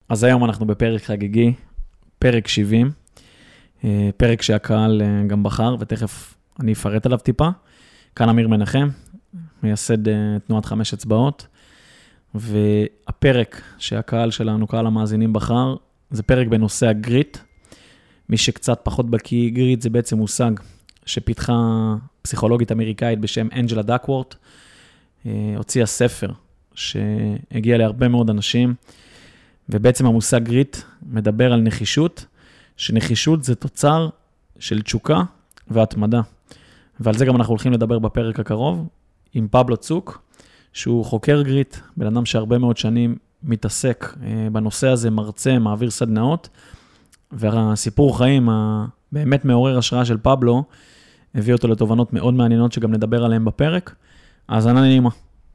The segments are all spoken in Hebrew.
אז היום אנחנו בפרק חגיגי, פרק 70, פרק שהקהל גם בחר, ותכף אני אפרט עליו טיפה. כאן אמיר מנחם, מייסד תנועת 5 אצבעות, והפרק שהקהל שלנו, קהל המאזינים בחר, זה פרק בנושא הגריט. מי שקצת פחות בקיא, גריט זה בעצם מושג שפיתחה פסיכולוגית אמריקאית בשם אנג'לה דקוורט, הוציאה ספר שהגיע להרבה מאוד אנשים, ובעצם המושג גריט מדבר על נחישות, שנחישות זה תוצר של תשוקה והתמדה. ועל זה גם אנחנו הולכים לדבר בפרק הקרוב, עם פבלו צוק, שהוא חוקר גריט, בן אדם שהרבה מאוד שנים מתעסק בנושא הזה, מרצה, מעביר סדנאות, והסיפור חיים הבאמת מעורר השראה של פבלו, הביא אותו לתובנות מאוד מעניינות שגם נדבר עליהן בפרק. אז ענה נעימה.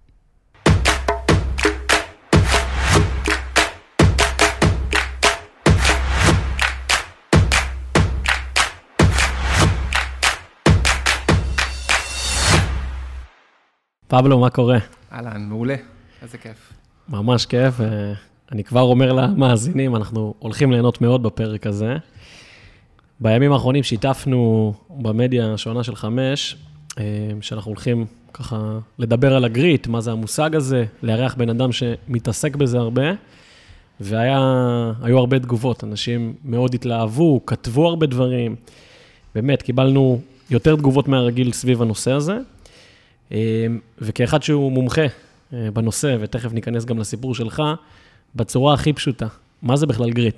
פבלו, מה קורה? אהלן, מעולה, איזה כיף. ממש כיף, אני כבר אומר למאזינים, אנחנו הולכים ליהנות מאוד בפרק הזה. בימים האחרונים שיתפנו במדיה השונה של 5, שאנחנו הולכים ככה לדבר על הגריט, מה זה המושג הזה, לארח בן אדם שמתעסק בזה הרבה, והיו הרבה תגובות, אנשים מאוד התלהבו, כתבו הרבה דברים, באמת קיבלנו יותר תגובות מהרגיל סביב הנושא הזה, וכאחד שהוא מומחה בנושא, ותכף ניכנס גם לסיפור שלך, בצורה הכי פשוטה, מה זה בכלל גריט?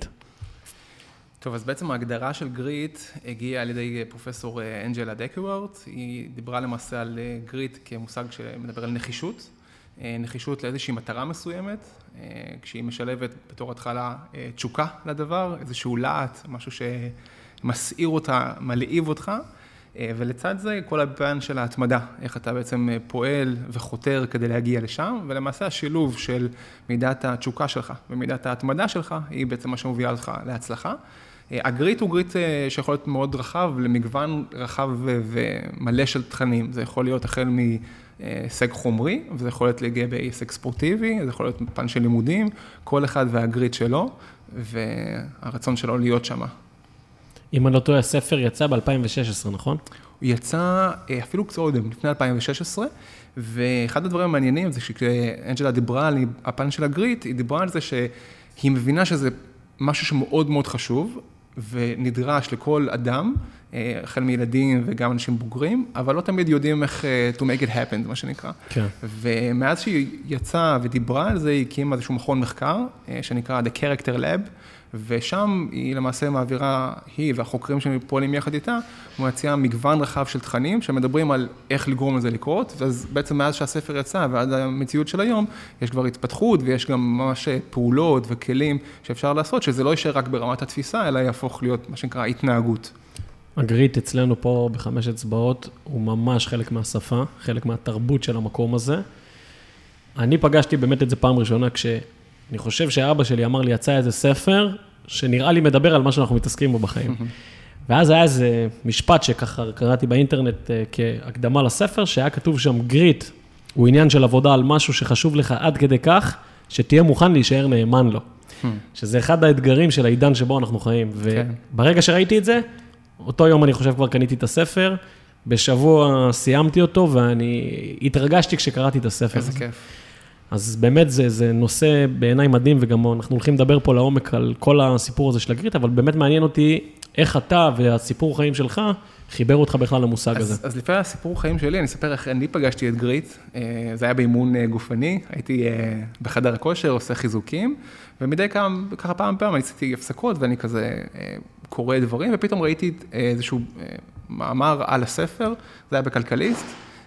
טוב, אז בעצם ההגדרה של גריט הגיעה על ידי פרופסור אנג'לה דקוורט, היא דיברה למעשה על גריט כמושג שמדבר על נחישות, נחישות לאיזושהי מטרה מסוימת, כשהיא משלבת בתור התחלה תשוקה לדבר, איזשהו להט, משהו שמסעיר אותה, מלהיב אותך, ולצד זה כל הפן של ההתמדה, איך אתה בעצם פועל וחותר כדי להגיע לשם, ולמעשה השילוב של מידת התשוקה שלך ומידת ההתמדה שלך, היא בעצם מה שמובילה אותך להצלחה. הגריט הוא גריט שיכול להיות מאוד רחב, למגוון רחב ומלא של תכנים. זה יכול להיות החל מהישג חומרי, וזה יכול להיות להגיע בהישג ספורטיבי, זה יכול להיות פן של לימודים, כל אחד והגריט שלו, והרצון שלו להיות שמה. אם אני לא טועה, הספר יצא ב-2016, נכון? הוא יצא אפילו קצת קודם, לפני 2016, ואחד הדברים המעניינים זה שכשאנג'לה דיברה על הפן של הגריט, היא דיברה על זה שהיא מבינה שזה משהו שמאוד מאוד חשוב, ונדרש לכל אדם, החל מילדים וגם אנשים בוגרים, אבל לא תמיד יודעים איך to make it happen, מה שנקרא. כן. ומאז שהיא יצאה ודיברה על זה, היא הקימה איזשהו מכון מחקר, שנקרא The Character Lab, ושם היא למעשה מעבירה, היא והחוקרים שפועלים יחד איתה, מציעה מגוון רחב של תכנים, שמדברים על איך לגרום לזה לקרות, ואז בעצם מאז שהספר יצא, ועד המציאות של היום, יש כבר התפתחות, ויש גם ממש פעולות וכלים שאפשר לעשות, שזה לא יישאר רק ברמת התפיסה, אלא יהפוך להיות מה שנקרא התנהגות. הגריט אצלנו פה ב5 אצבעות, הוא ממש חלק מהשפה, חלק מהתרבות של המקום הזה. אני פגשתי באמת את זה פעם ראשונה, אני חושב שאבא שלי אמר לי, יצא איזה ספר, שנראה לי מדבר על מה שאנחנו מתעסקים בו בחיים. ואז היה איזה משפט שככה קראתי באינטרנט כהקדמה לספר, שהיה כתוב שם גריט, הוא עניין של עבודה על משהו שחשוב לך עד כדי כך, שתהיה מוכן להישאר נאמן לו. שזה אחד האתגרים של העידן שבו אנחנו חיים. וברגע שראיתי את זה, אותו יום אני חושב כבר קניתי את הספר, בשבוע סיימתי אותו, ואני התרגשתי כשקראתי את הספר. איזה כיף. אז באמת זה נושא בעיניי מדהים, וגם אנחנו הולכים לדבר פה לעומק על כל הסיפור הזה של הגריט, אבל באמת מעניין אותי איך אתה והסיפור חיים שלך חיבר אותך בכלל למושג הזה. אז לפני הסיפור חיים שלי, אני אספר איך אני פגשתי את גריט, זה היה באימון גופני, הייתי בחדר הכושר, עושה חיזוקים, ומדי ככה פעם אני עשיתי הפסקות, ואני כזה קורא דברים, ופתאום ראיתי איזשהו מאמר על הספר, זה היה בכלכליסט,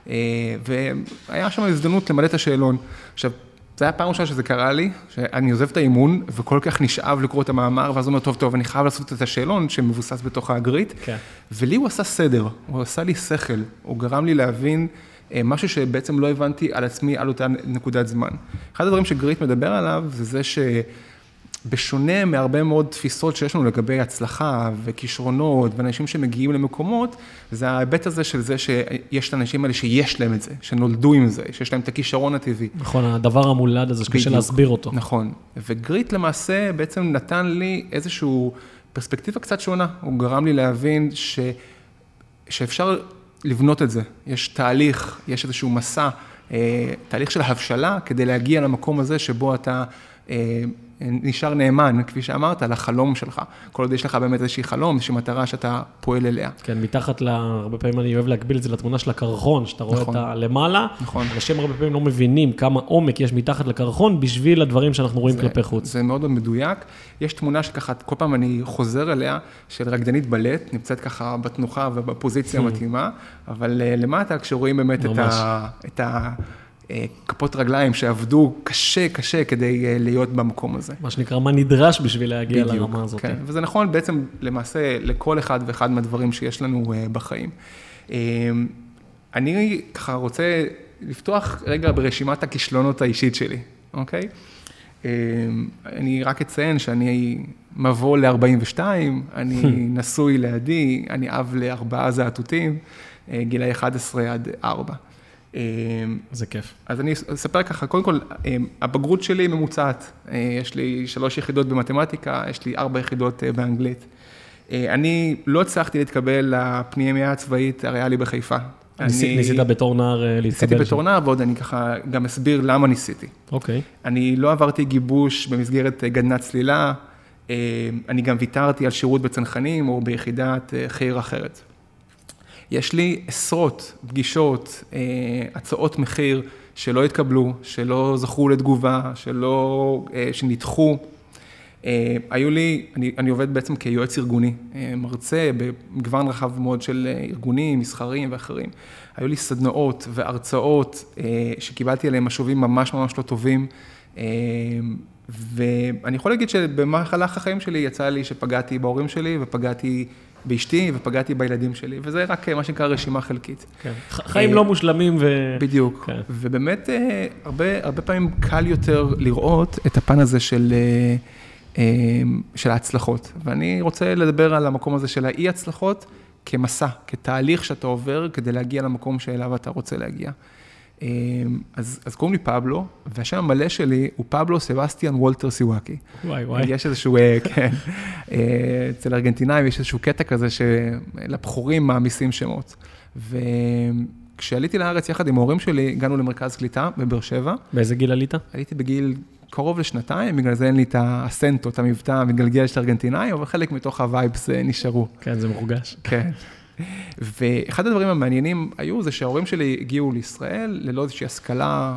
והיה שם הזדמנות למלא את השאלון. עכשיו, זה היה פעם ראשונה שזה קרה לי, שאני עוזב את האימון, וכל כך נשאב לקרוא את המאמר, ואז הוא אומר, טוב, אני חייב לעשות את השאלון, שמבוסס בתוך הגריט, ולי הוא עשה סדר, הוא עשה לי שכל, הוא גרם לי להבין משהו שבעצם לא הבנתי על עצמי, על אותה נקודת זמן. אחד הדברים שגריט מדבר עליו, זה בשונה מהרבה מאוד תפיסות שיש לנו לגבי הצלחה וכישרונות ואנשים שמגיעים למקומות, זה ההיבט הזה של זה שיש את האנשים האלה שיש להם את זה, שנולדו עם זה, שיש להם את הכישרון הטבעי. נכון, הדבר המולד הזה שקשה להסביר אותו. נכון, וגריט למעשה בעצם נתן לי איזשהו פרספקטיבה קצת שונה, הוא גרם לי להבין שאפשר לבנות את זה, יש תהליך, יש איזשהו מסע, תהליך של הבשלה כדי להגיע למקום הזה שבו אתה נשאר נאמן, כפי שאמרת, לחלום שלך. כל עוד יש לך באמת איזושהי חלום, איזושהי מטרה שאתה פועל אליה. כן, מתחת הרבה פעמים אני אוהב להקביל את זה לתמונה של הקרחון, שאתה רואה את הלמעלה. נכון. אנשים הרבה פעמים לא מבינים כמה עומק יש מתחת לקרחון, בשביל הדברים שאנחנו רואים כלפי חוץ. זה מאוד מאוד מדויק. יש תמונה שככה, כל פעם אני חוזר אליה, של רקדנית בלט, נמצאת ככה בתנוחה ובפוזיציה המתאימה, אבל למטה, כשרואים באמת את כפות רגליים שעבדו קשה כדי להיות במקום הזה. מה שנקרא, מה נדרש בשביל להגיע לרמה הזאת. כן, וזה נכון בעצם למעשה לכל אחד ואחד מהדברים שיש לנו בחיים. אני ככה רוצה לפתוח רגע ברשימת הכישלונות האישית שלי, אוקיי? אני רק אציין שאני מבוא ל-42, אני נשוי לידי, אני אב ל4 זעתותים, גילי 11 עד 4. זה כיף. אז אני אספר ככה, קודם כל, הבגרות שלי ממוצעת. יש לי 3 יחידות במתמטיקה, יש לי 4 יחידות באנגלית. אני לא הצלחתי להתקבל לפנימייה הצבאית הריאלי בחיפה. ניסית בתור נער להתקבל? ניסיתי בתור נער, ועוד אני ככה גם אסביר למה ניסיתי. אוקיי. אני לא עברתי גיבוש במסגרת גדנת צלילה, אני גם ויתרתי על שירות בצנחנים או ביחידת חי"ר אחרת. יש לי עשרות פגישות, הצעות מחיר שלא התקבלו, שלא זכו לתגובה, שנדחו. היו לי, אני עובד בעצם כיועץ ארגוני, מרצה במגוון רחב מאוד של ארגונים, מסחרים ואחרים. היו לי סדנאות והרצאות שקיבלתי עליהם משובים ממש ממש לא טובים, ואני יכול להגיד שבמהלך החיים שלי יצא לי שפגעתי בהורים שלי ופגעתי באשתי ופגעתי בילדים שלי, וזה רק מה שנקרא רשימה חלקית. כן. חיים לא מושלמים בדיוק. כן. ובאמת, הרבה פעמים קל יותר לראות את הפן הזה של ההצלחות. ואני רוצה לדבר על המקום הזה של האי-הצלחות כמסע, כתהליך שאתה עובר כדי להגיע למקום שאליו אתה רוצה להגיע. אז קוראים לי פבלו, והשם המלא שלי הוא פבלו סבסטיאן וולטר סיוואקי. וואי. יש איזשהו, כן, אצל ארגנטינאים יש איזשהו קטע כזה שלבחורים מעמיסים שמות. וכשעליתי לארץ יחד עם ההורים שלי, הגענו למרכז קליטה בבאר שבע. באיזה גיל עלית? עליתי בגיל קרוב ל2, בגלל זה אין לי את האסנטו, את המבטא המתגלגל של ארגנטינאי, אבל חלק מתוך הווייבס נשארו. כן, זה מורגש. כן. ואחד הדברים המעניינים היו, זה שההורים שלי הגיעו לישראל, ללא איזושהי השכלה,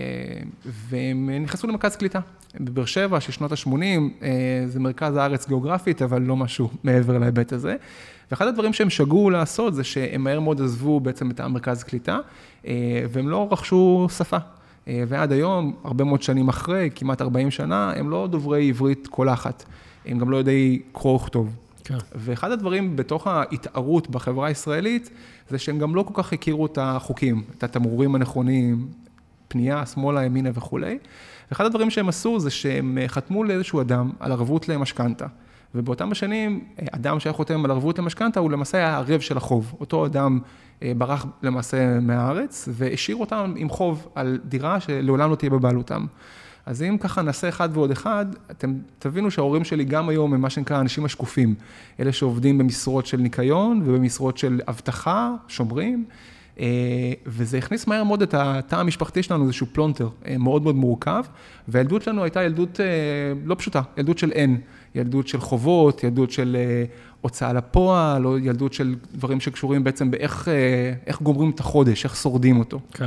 והם נכנסו למרכז קליטה. בבאר שבע, של שנות ה-80, זה מרכז הארץ גיאוגרפית, אבל לא משהו מעבר להיבט הזה. ואחד הדברים שהם שגו לעשות, זה שהם מהר מאוד עזבו בעצם את המרכז קליטה, והם לא רכשו שפה. ועד היום, הרבה מאוד שנים אחרי, כמעט 40 שנה, הם לא דוברי עברית קולחת. הם גם לא יודעי קרוא וכתוב. ואחד הדברים בתוך ההתערות בחברה הישראלית, זה שהם גם לא כל כך הכירו את החוקים, את התמרורים הנכונים, פנייה, שמאלה, ימינה וכו'. ואחד הדברים שהם עשו, זה שהם חתמו לאיזשהו אדם על ערבות למשכנתה. ובאותם השנים, אדם שהיה חותם על ערבות למשכנתה, הוא למעשה היה הרב של החוב. אותו אדם ברח למעשה מהארץ, והשאיר אותם עם חוב על דירה שלעולם לא תהיה בבעלותם. אז אם ככה נעשה אחד ועוד אחד, אתם תבינו שההורים שלי גם היום הם מה שנקרא אנשים השקופים. אלה שעובדים במשרות של ניקיון ובמשרות של אבטחה, שומרים, וזה הכניס מהר מאוד את התא המשפחתי שלנו, איזשהו פלונטר מאוד מאוד מורכב, והילדות שלנו הייתה ילדות לא פשוטה, ילדות של אין, ילדות של חובות, ילדות של הוצאה לפועל, או ילדות של דברים שקשורים בעצם באיך גומרים את החודש, איך שורדים אותו. כן.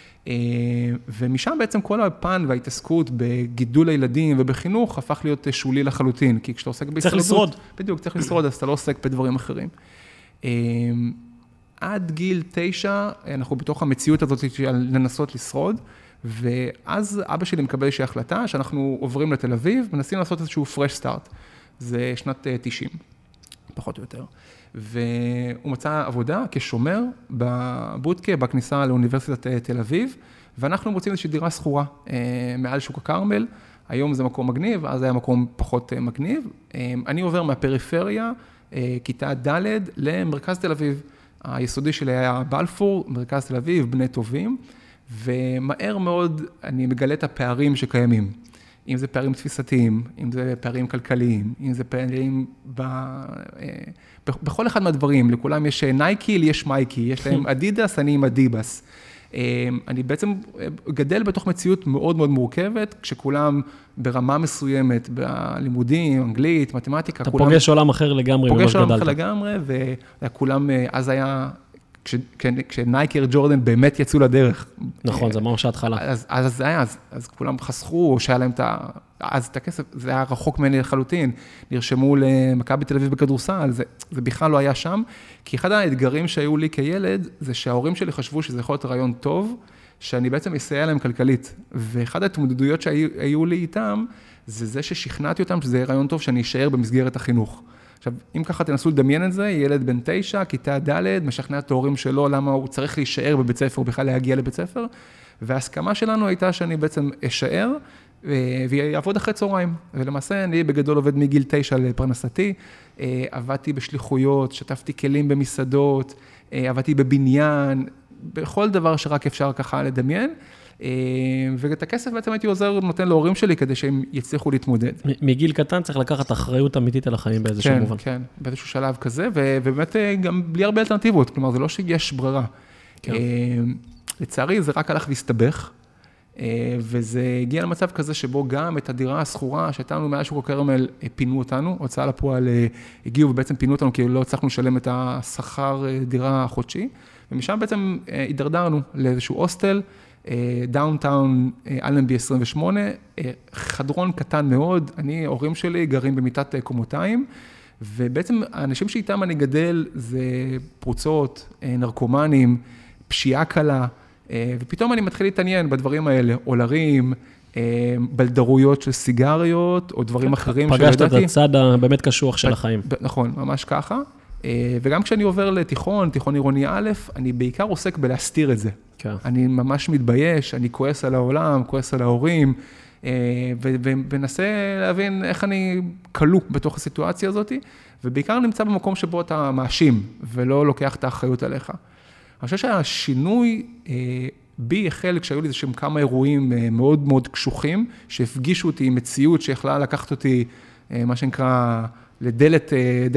ומשם בעצם כל הפן וההתעסקות בגידול הילדים ובחינוך הפך להיות שולי לחלוטין, כי כשאתה עוסק בהתחלבות... צריך לשרוד. בדיוק, צריך לשרוד, אז אתה לא עוסק בדברים אחרים. עד גיל 9, אנחנו בתוך המציאות הזאת של לנסות לשרוד, ואז אבא שלי מקבל איזושהי החלטה שאנחנו עוברים לתל אביב, מנסים לעשות איזשהו fresh start. זה שנת 90, פחות או יותר. והוא מצא עבודה כשומר בבודקה, בכניסה לאוניברסיטת תל אביב, ואנחנו רוצים איזושהי דירה סחורה מעל שוק הכרמל, היום זה מקום מגניב, אז היה מקום פחות מגניב. אני עובר מהפריפריה, כיתה ד' למרכז תל אביב. היסודי שלי היה בלפור, מרכז תל אביב, בני טובים, ומהר מאוד אני מגלה את הפערים שקיימים. אם זה פערים תפיסתיים, אם זה פערים כלכליים, אם זה פערים בכל אחד מהדברים. לכולם יש נייקי, לי יש מייקי, יש להם אדידס, אני עם אדיבס. אני בעצם גדל בתוך מציאות מאוד מאוד מורכבת, כשכולם ברמה מסוימת, בלימודים, אנגלית, מתמטיקה. אתה פוגש עולם אחר לגמרי. פוגש עולם אחר לגמרי, וכולם, אז היה, כשנייקר ג'ורדן באמת יצאו לדרך. נכון, זה ממש ההתחלה. אז זה היה, אז כולם חסכו, או שהיה להם את הכסף, זה היה רחוק ממני לחלוטין, נרשמו למכבי תל אביב בכדורסל, זה בכלל לא היה שם, כי אחד האתגרים שהיו לי כילד, זה שההורים שלי חשבו שזה יכול להיות רעיון טוב, שאני בעצם אסייע להם כלכלית, ואחד ההתמודדויות שהיו לי איתם, זה ששכנעתי אותם שזה רעיון טוב שאני אשאר במסגרת החינוך. עכשיו, אם ככה תנסו לדמיין את זה, ילד בן 9, כיתה ד', משכנע את ההורים שלו, למה הוא צריך להישאר בבית ספר, בכלל להגיע לבית ספר, וההסכמה שלנו הייתה שאני בעצם אשאר, ויעבוד אחרי צהריים. ולמעשה, אני בגדול עובד מגיל 9 לפרנסתי, עבדתי בשליחויות, שתפתי כלים במסעדות, עבדתי בבניין, בכל דבר שרק אפשר ככה לדמיין, ואת הכסף בעצם הייתי עוזר, נותן להורים שלי, כדי שהם יצליחו להתמודד. מגיל קטן צריך לקחת אחריות אמיתית על החיים באיזשהו מובן. כן, כן, באיזשהו שלב כזה, ובאמת גם בלי הרבה אלטרנטיבות, כלומר, זה לא שיש ברירה. לצערי, זה רק הלך והסתבך, וזה הגיע למצב כזה שבו גם את הדירה הסחורה, שהייתה לנו מאז שוק הכרמל, פינו אותנו, הוצאה לפועל הגיעו ובעצם פינו אותנו, כי לא הצלחנו לשלם את השכר דירה החודשי, ומשם בעצם הידרדרנו לאיזשהו הוסטל, דאונטאון אלנבי 28, חדרון קטן מאוד, הורים שלי גרים במיטת קומותיים, ובעצם האנשים שאיתם אני גדל זה פרוצות, נרקומנים, פשיעה קלה, ופתאום אני מתחיל להתעניין בדברים האלה, אולרים, בלדרויות של סיגריות, או דברים אחרים פגשת את הצד הבאמת קשוח של החיים. נכון, ממש ככה. וגם כשאני עובר לתיכון, תיכון עירוני א', אני בעיקר עוסק בלהסתיר את זה. אני ממש מתבייש, אני כועס על העולם, כועס על ההורים, ומנסה להבין איך אני כלוא בתוך הסיטואציה הזאת, ובעיקר נמצא במקום שבו אתה מאשים, ולא לוקח את האחריות עליך. אני חושב שהשינוי בי החל כשהיו לי שם כמה אירועים מאוד מאוד קשוחים, שהפגישו אותי עם מציאות שיכלה לקחת אותי, מה שנקרא, לדלת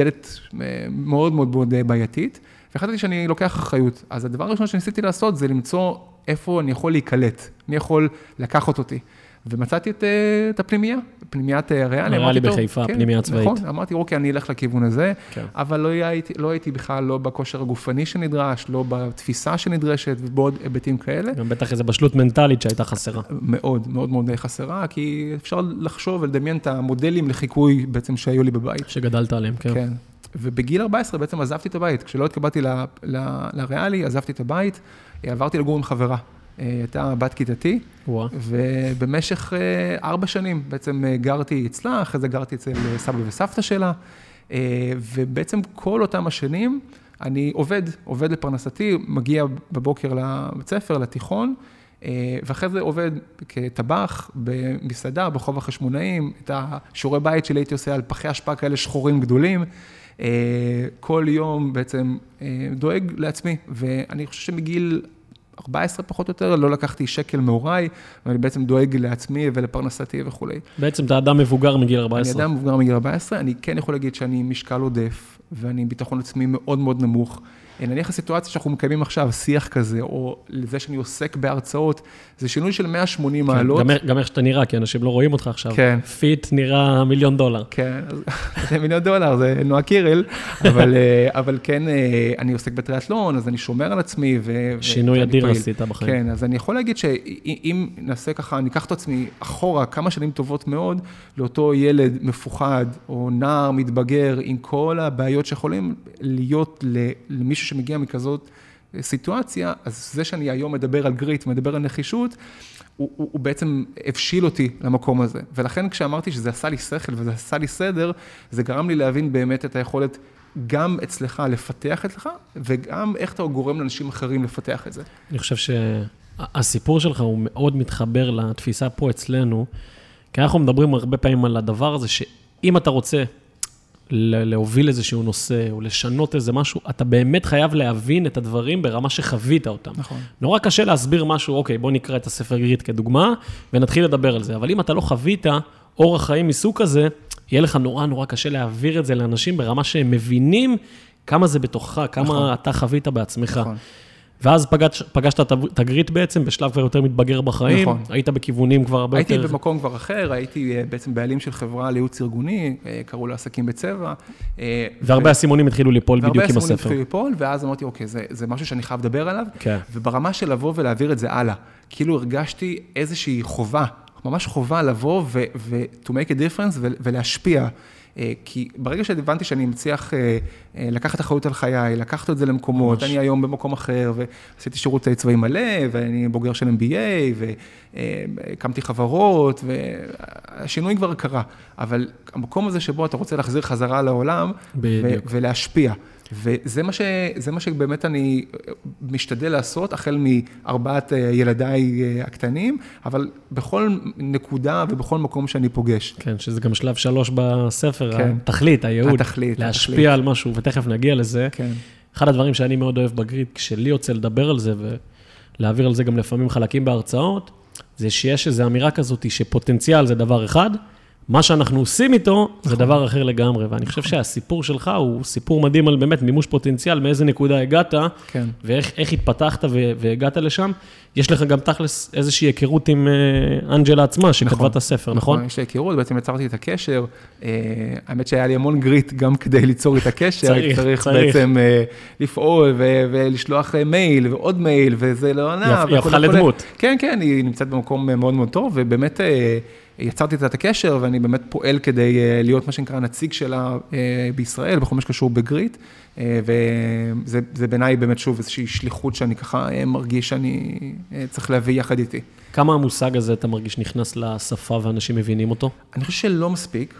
מאוד מאוד בעייתית, והחלטתי שאני לוקח אחריות. אז הדבר הראשון שניסיתי לעשות זה למצוא איפה אני יכול להיקלט, מי יכול לקחת אותי. ומצאתי את הפנימייה, פנימיית ריאלי. ריאלי בחיפה, פנימייה צבאית. נכון, אמרתי, אוקיי, אני אלך לכיוון הזה, אבל לא הייתי בכלל לא בכושר הגופני שנדרש, לא בתפיסה שנדרשת, ובעוד היבטים כאלה. גם בטח איזו בשלות מנטלית שהייתה חסרה. מאוד, מאוד מאוד חסרה, כי אפשר לחשוב ולדמיין את המודלים לחיקוי בעצם שהיו לי בבית. שגדלת עליהם, כן. כן. ובגיל 14 בעצם עזבתי את הבית. כשלא התקבלתי לריאלי, עזבתי את הבית, עברתי לגור עם חברה. הייתה בת כיתתי, ובמשך 4 שנים בעצם גרתי אצלה, אחרי זה גרתי אצל סבא וסבתא שלה, ובעצם כל אותם השנים אני עובד לפרנסתי, מגיע בבוקר לבית ספר, לתיכון, ואחרי זה עובד כטבח במסעדה, ברחוב החשמונאים, את השיעורי בית שלי הייתי עושה על פחי אשפה כאלה שחורים גדולים, כל יום בעצם דואג לעצמי, ואני חושב שמגיל 14 פחות או יותר, לא לקחתי שקל מהוריי, ואני בעצם דואג לעצמי ולפרנסתי וכו'. בעצם אתה אדם מבוגר מגיל 14. אני אדם מבוגר מגיל 14, אני כן יכול להגיד שאני משקל עודף, ואני עם ביטחון עצמי מאוד מאוד נמוך. נניח הסיטואציה שאנחנו מקיימים עכשיו, שיח כזה, או לזה שאני עוסק בהרצאות, זה שינוי של 180 מעלות. גם איך שאתה נראה, כי אנשים לא רואים אותך עכשיו. כן. פיט נראה $1,000,000. כן, זה $1,000,000, זה נועה קירל, אבל כן, אני עוסק בטריאטלון, אז אני שומר על עצמי. שינוי אדיר עשית בחיים. כן, אז אני יכול להגיד שאם נעשה ככה, אני אקח את עצמי אחורה כמה שנים טובות מאוד, לאותו ילד מפוחד, או נער מתבגר, עם כל הבעיות שיכולים להיות למישהו שמגיע מכזאת סיטואציה, אז זה שאני היום מדבר על גריט, מדבר על נחישות, הוא בעצם הבשיל אותי למקום הזה. ולכן כשאמרתי שזה עשה לי שכל וזה עשה לי סדר, זה גרם לי להבין באמת את היכולת גם אצלך לפתח את לך, וגם איך אתה גורם לאנשים אחרים לפתח את זה. אני חושב שהסיפור שלך הוא מאוד מתחבר לתפיסה פה אצלנו, כי אנחנו מדברים הרבה פעמים על הדבר הזה, שאם אתה רוצה להוביל איזשהו נושא, או לשנות איזה משהו, אתה באמת חייב להבין את הדברים ברמה שחווית אותם. נכון. נורא קשה להסביר משהו, אוקיי, בוא נקרא את הספר גריט כדוגמה, ונתחיל לדבר על זה. אבל אם אתה לא חווית אורח חיים מסוג כזה, יהיה לך נורא קשה להעביר את זה לאנשים ברמה שהם מבינים כמה זה בתוכך, כמה אתה חווית בעצמך. נכון. ואז פגשת את הגריט בעצם, בשלב כבר יותר מתבגר בחיים, נכון. היית בכיוונים כבר הרבה יותר... הייתי במקום כבר אחר, הייתי בעצם בעלים של חברה לייעוץ ארגוני, קראו לה עסקים בצבע. והרבה הסימונים התחילו ליפול בדיוק עם הספר. והרבה הסימונים התחילו ליפול, ואז אמרתי, אוקיי, זה משהו שאני חייב לדבר עליו, כן. וברמה של לבוא ולהעביר את זה הלאה. כאילו הרגשתי איזושהי חובה, ממש חובה לבוא to make a difference ולהשפיע. כי ברגע שהבנתי שאני מצליח לקחת אחריות על חיי, לקחת את זה למקומות, אני היום במקום אחר, ועשיתי שירות צבאי מלא, ואני בוגר של MBA, והקמתי חברות, והשינוי כבר קרה. אבל המקום הזה שבו אתה רוצה להחזיר חזרה לעולם, ולהשפיע. וזה מה שבאמת אני משתדל לעשות, החל מארבעת ילדיי הקטנים, אבל בכל נקודה ובכל מקום שאני פוגש. כן, שזה גם שלב 3 בספר, התכלית, הייעוד, להשפיע על משהו, ותכף נגיע לזה. אחד הדברים שאני מאוד אוהב בגריט, כשלי יוצא לדבר על זה, ולהעביר על זה גם לפעמים חלקים בהרצאות, זה שיש איזו אמירה כזאת, שפוטנציאל זה דבר אחד, מה שאנחנו עושים איתו, זה דבר אחר לגמרי, ואני חושב שהסיפור שלך הוא סיפור מדהים על באמת מימוש פוטנציאל, מאיזה נקודה הגעת, ואיך התפתחת והגעת לשם. יש לך גם תכלס איזושהי היכרות עם אנג'לה עצמה, שכתבה את הספר, נכון? נכון, יש לי היכרות, בעצם יצרתי את הקשר, האמת שהיה לי המון גריט גם כדי ליצור את הקשר, צריך בעצם לפעול ולשלוח מייל ועוד מייל, וזה לא ענה. היא הפכה לדמות. כן, כן, היא נמצאת במקום מאוד מאוד טוב, ובאמת יצרתי את הקשר, ואני באמת פועל כדי להיות מה שנקרא נציג שלה בישראל, בכל מה שקשור בגריט, וזה בעיניי באמת שוב איזושהי שליחות שאני ככה מרגיש שאני צריך להביא יחד איתי. כמה המושג הזה אתה מרגיש נכנס לשפה ואנשים מבינים אותו? אני חושב שלא מספיק.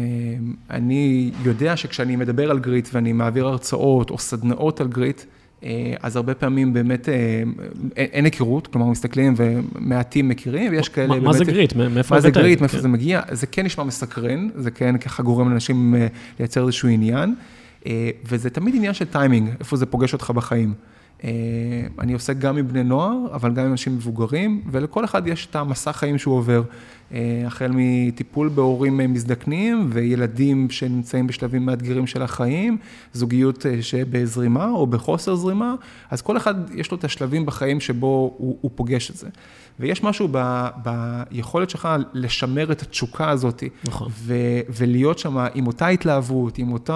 אני יודע שכשאני מדבר על גריט ואני מעביר הרצאות או סדנאות על גריט, אז הרבה פעמים באמת אין היכרות, כלומר מסתכלים ומעטים מכירים, ויש כאלה באמת... מה זה גריט? מאיפה זה גריט? מאיפה זה מגיע? זה כן נשמע מסקרן, זה כן ככה גורם לאנשים לייצר איזשהו עניין, וזה תמיד עניין של טיימינג, איפה זה פוגש אותך בחיים. אני עושה גם עם בני נוער, אבל גם עם אנשים מבוגרים, ולכל אחד יש את המסע חיים שהוא עובר, החל מטיפול בהורים מזדקנים, וילדים שנמצאים בשלבים מאתגרים של החיים, זוגיות שבזרימה או בחוסר זרימה, אז כל אחד יש לו את השלבים בחיים שבו הוא פוגש את זה. ויש משהו ביכולת שלך לשמר את התשוקה הזאת, נכון. ולהיות שם עם אותה התלהבות,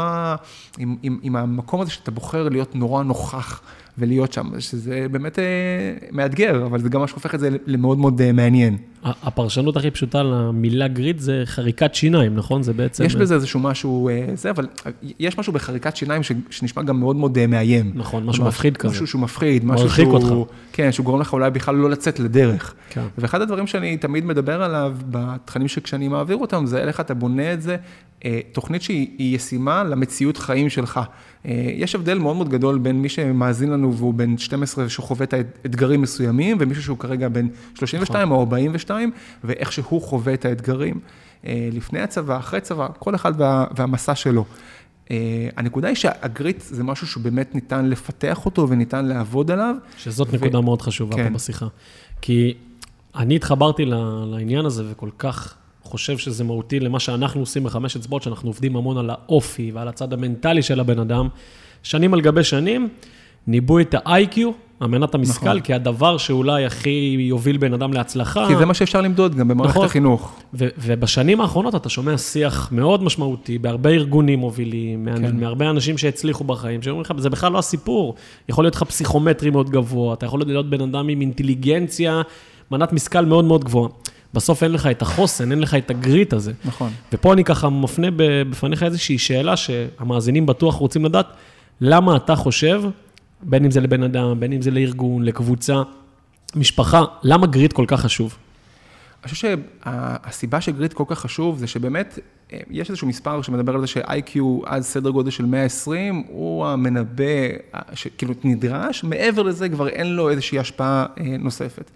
עם המקום הזה שאתה בוחר להיות נורא נוכח, ולהיות שם, שזה באמת מאתגר, אבל זה גם מה שהופך את זה למאוד מאוד מעניין. הפרשנות הכי פשוטה למילה גריט זה חריקת שיניים, נכון? זה בעצם... יש בזה איזשהו משהו, אבל יש משהו בחריקת שיניים שנשמע גם מאוד מאוד מאיים. נכון, משהו מפחיד כזה. משהו שהוא מפחיד, משהו שהוא... כן, שהוא גורם לך אולי בכלל לא לצאת לדרך. ואחד הדברים שאני תמיד מדבר עליו, בתכנים שכשאני מעביר אותם, זה איך אתה בונה את זה, תוכנית שהיא ישימה למציאות חיים שלך. יש הבדל מאוד מאוד גדול בין מי שמאזין לנו והוא בן 12 שחווה את האתגרים מסוימים, ומישהו שהוא כרגע בן 32 או 42, ואיך שהוא חווה את האתגרים. לפני הצבא, אחרי צבא, כל אחד והמסע שלו. הנקודה היא שהגריט זה משהו שבאמת ניתן לפתח אותו וניתן לעבוד עליו. שזאת נקודה מאוד חשובה פה בשיחה. כי אני התחברתי לעניין הזה וכל כך חושב שזה מהותי למה שאנחנו עושים בחמש אצבעות, שאנחנו עובדים המון על האופי ועל הצד המנטלי של הבן אדם. שנים על גבי שנים, ניבאו את ה-IQ, אמנת המשכל, נכון. כי הדבר שאולי הכי יוביל בן אדם להצלחה. כי זה מה שאפשר למדוד גם במערכת נכון. החינוך. ובשנים האחרונות אתה שומע שיח מאוד משמעותי, בהרבה ארגונים מובילים, כן. מהרבה אנשים שהצליחו בחיים, שאומרים לך, זה בכלל לא הסיפור. יכול להיות לך פסיכומטרי מאוד גבוה, אתה יכול להיות בן אדם עם אינטליגנציה, מנת משכל מאוד מאוד גבוהה. בסוף אין לך את החוסן, אין לך את הגריט הזה. נכון. ופה אני ככה מפנה בפניך איזושהי שאלה שהמאזינים בטוח רוצים לדעת, למה אתה חושב, בין אם זה לבן אדם, בין אם זה לארגון, לקבוצה, משפחה, למה גריט כל כך חשוב? חושב שהסיבה שגריט כל כך חשוב, זה שבאמת, יש איזשהו מספר שמדבר על זה ש-IQ עד סדר גודל של 120, הוא המנבא, שכאילו נדרש, מעבר לזה כבר אין לו איזושהי השפעה נוספת.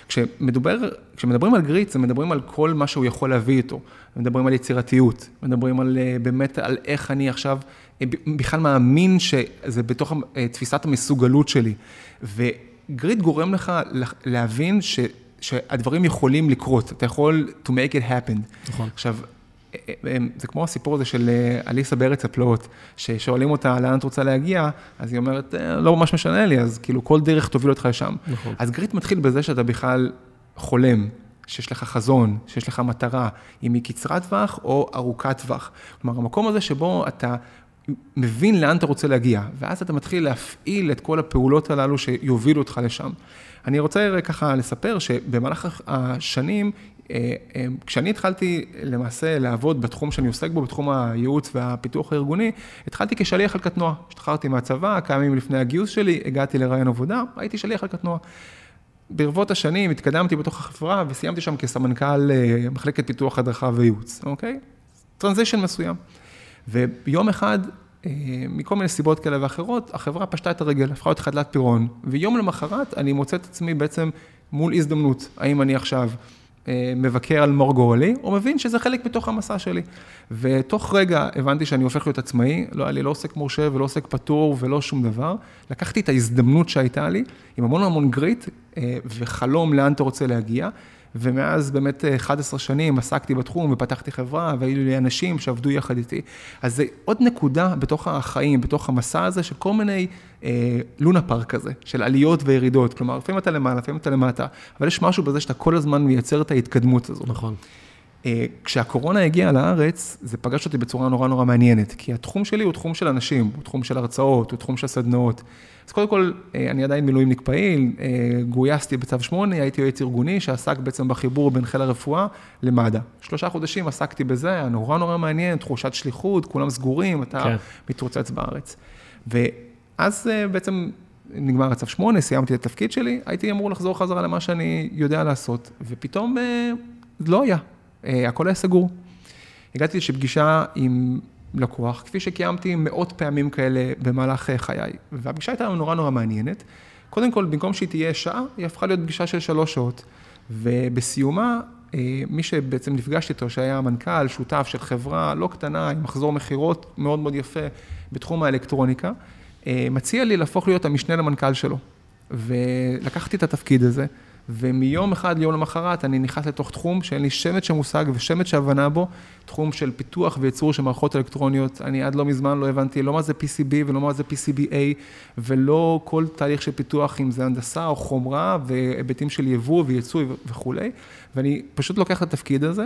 כשמדברים על גריט, זה מדברים על כל מה שהוא יכול להביא איתו. מדברים על יצירתיות, מדברים על באמת על איך אני עכשיו בכלל מאמין שזה בתוך תפיסת המסוגלות שלי. וגריט גורם לך להבין שהדברים יכולים לקרות. אתה יכול to make it happen. נכון. עכשיו, זה כמו הסיפור הזה של אליסה בארץ הפלאות, ששואלים אותה לאן את רוצה להגיע, אז היא אומרת, לא ממש משנה לי, אז כאילו כל דרך תוביל אותך לשם. נכון. אז גריט מתחיל בזה שאתה בכלל חולם, שיש לך חזון, שיש לך מטרה, אם היא קצרת טווח או ארוכת טווח. כלומר, המקום הזה שבו אתה מבין לאן אתה רוצה להגיע, ואז אתה מתחיל להפעיל את כל הפעולות הללו שיובילו אותך לשם. אני רוצה ככה לספר שבמהלך השנים, כשאני התחלתי למעשה לעבוד בתחום שאני עוסק בו, בתחום הייעוץ והפיתוח הארגוני, התחלתי כשליח על קטנוע. השתחררתי מהצבא, כמה ימים לפני הגיוס שלי, הגעתי לרעיון עבודה, הייתי שליח על קטנוע. ברבות השנים התקדמתי בתוך החברה וסיימתי שם כסמנכ"ל מחלקת פיתוח הדרכה וייעוץ, אוקיי? טרנזישן מסוים. ויום אחד, מכל מיני סיבות כאלה ואחרות, החברה פשטה את הרגל, הפכה להיות חדלת פירעון, ויום למחרת אני מוצא את עצמי בעצם מול הזדמנות, האם אני עכשיו מבקר על מור גורלי, או מבין שזה חלק מתוך המסע שלי. ותוך רגע הבנתי שאני הופך להיות עצמאי, לא היה לי לא עוסק מורשה ולא עוסק פטור ולא שום דבר. לקחתי את ההזדמנות שהייתה לי, עם המון המון גריט, וחלום לאן אתה רוצה להגיע, ומאז באמת 11 שנים עסקתי בתחום ופתחתי חברה, והיו לי אנשים שעבדו יחד איתי. אז זה עוד נקודה בתוך החיים, בתוך המסע הזה, של כל מיני לונה פארק כזה, של עליות וירידות. כלומר, לפעמים אתה למעלה, לפעמים אתה למטה, אבל יש משהו בזה שאתה כל הזמן מייצר את ההתקדמות הזו. נכון. כשהקורונה הגיעה לארץ, זה פגש אותי בצורה נורא נורא מעניינת, כי התחום שלי הוא תחום של אנשים, הוא תחום של הרצאות, הוא תחום של סדנאות. אז קודם כל, אני עדיין מילואימניק פעיל, גויסתי בצו 8, הייתי יועץ ארגוני שעסק בעצם בחיבור בין חיל הרפואה למד"א. 3 חודשים עסקתי בזה, היה נורא נורא מעניין, תחושת שליחות, כולם סגורים, אתה מתרוצץ בארץ. ואז בעצם נגמר הצו 8, סיימתי את התפקיד שלי, הייתי אמור לחזור חזרה למה שאני יודע לעשות, ופתאום לא היה. הכל היה סגור. הגעתי לפגישה עם לקוח, כפי שקיימתי מאות פעמים כאלה במהלך חיי, והפגישה הייתה נורא נורא מעניינת. קודם כל, במקום שהיא תהיה שעה, היא הפכה להיות פגישה של 3 שעות, ובסיומה, מי שבעצם נפגשתי איתו, שהיה המנכ"ל, שותף של חברה לא קטנה, עם מחזור מחירות מאוד מאוד יפה בתחום האלקטרוניקה, מציע לי להפוך להיות המשנה למנכ"ל שלו, ולקחתי את התפקיד הזה, ומיום אחד ליום למחרת אני נכנס לתוך תחום שאין לי שמץ שמושג ושמץ שהבנה בו, תחום של פיתוח וייצור של מערכות אלקטרוניות. אני עד לא מזמן לא הבנתי לא מה זה PCB ולא מה זה PCBA, ולא כל תהליך של פיתוח, אם זה הנדסה או חומרה והיבטים של יבוא וייצוא וכו'. ואני פשוט לוקח את התפקיד הזה,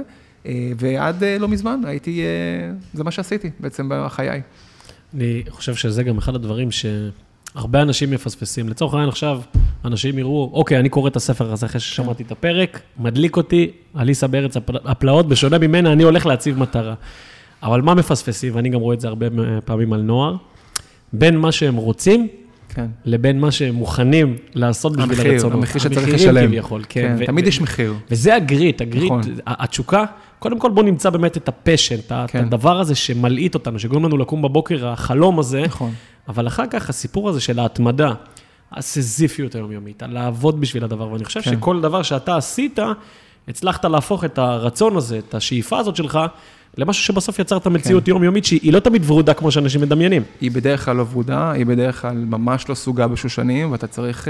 ועד לא מזמן הייתי, זה מה שעשיתי בעצם בחיי. אני חושב שזה גם אחד הדברים שהרבה אנשים מפספסים. לצורך העניין עכשיו, אנשים יראו, אוקיי, אני קורא את הספר הזה אחרי ששמעתי את הפרק, מדליק אותי, אליסה בארץ הפלאות, בשונה ממנה, אני הולך להציב מטרה. אבל מה מפספסים, ואני גם רואה את זה הרבה פעמים על נוער, בין מה שהם רוצים, לבין מה שהם מוכנים לעשות בשביל הרצונות. המחיר שצריך לשלם. כביכול, כן. תמיד יש מחיר. וזה הגריט, התשוקה, קודם כל בוא נמצא באמת את הפשן, את הדבר הזה שמלעיט אותנו, שגורם לנו לקום בבוקר, החלום הזה, אבל אחר כך הסיפור הזה של ההתמדה, הסזיפיות היומיומית, לעבוד בשביל הדבר, ואני חושב שכל דבר שאתה עשית, הצלחת להפוך את הרצון הזה, את השאיפה הזאת שלך, למשהו שבסוף יצר את המציאות יומיומית, שהיא לא תמיד ורודה כמו שאנשים מדמיינים. היא בדרך כלל לא ורודה, היא בדרך כלל ממש לא סוגה בשושנים, ואתה צריך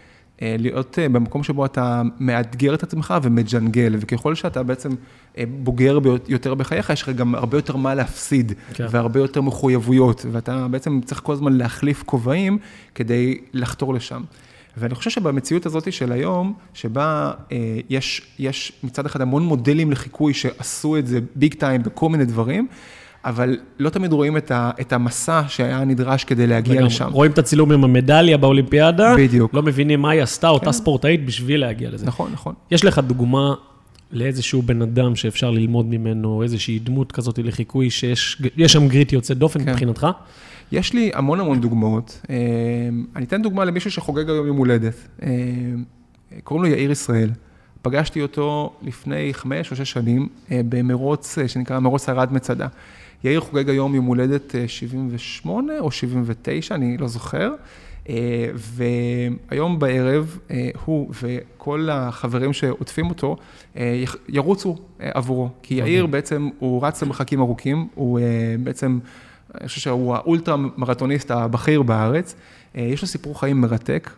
להיות במקום שבו אתה מאתגר את עצמך ומג'נגל, וככל שאתה בעצם בוגר יותר בחייך, יש לך גם הרבה יותר מה להפסיד, והרבה יותר מחויבויות, ואתה בעצם צריך כל הזמן להחליף כובעים כדי לחתור לשם. ואני חושב שבמציאות הזאת של היום, שבה יש מצד אחד המון מודלים לחיקוי שעשו את זה ביג טיים בכל מיני דברים, אבל לא תמיד רואים את המסע שהיה נדרש כדי להגיע לשם. רואים את הצילום עם המדליה באולימפיאדה, בדיוק. לא מבינים מה היא עשתה, אותה ספורטאית בשביל להגיע לזה. נכון, נכון. יש לך דוגמה לאיזשהו בן אדם שאפשר ללמוד ממנו, איזושהי דמות כזאת לחיקוי, שיש שם גריט יוצא דופן מבחינתך? יש לי המון דוגמאות. אני אתן דוגמה למישהו שחוגג היום יום הולדת. קוראים לו יאיר ישראל. פגשתי אותו לפני 5 או 6 שנים, במרוץ שנקרא מרוץ ערד מצדה. יאיר חוגג היום יום הולדת 78 או 79, אני לא זוכר. והיום בערב הוא וכל החברים שעוטפים אותו ירוצו עבורו, כי יאיר בעצם הוא רץ למרחקים ארוכים, הוא בעצם, אני חושב שהוא האולטרה מרתוניסט הבכיר בארץ, יש לו סיפור חיים מרתק,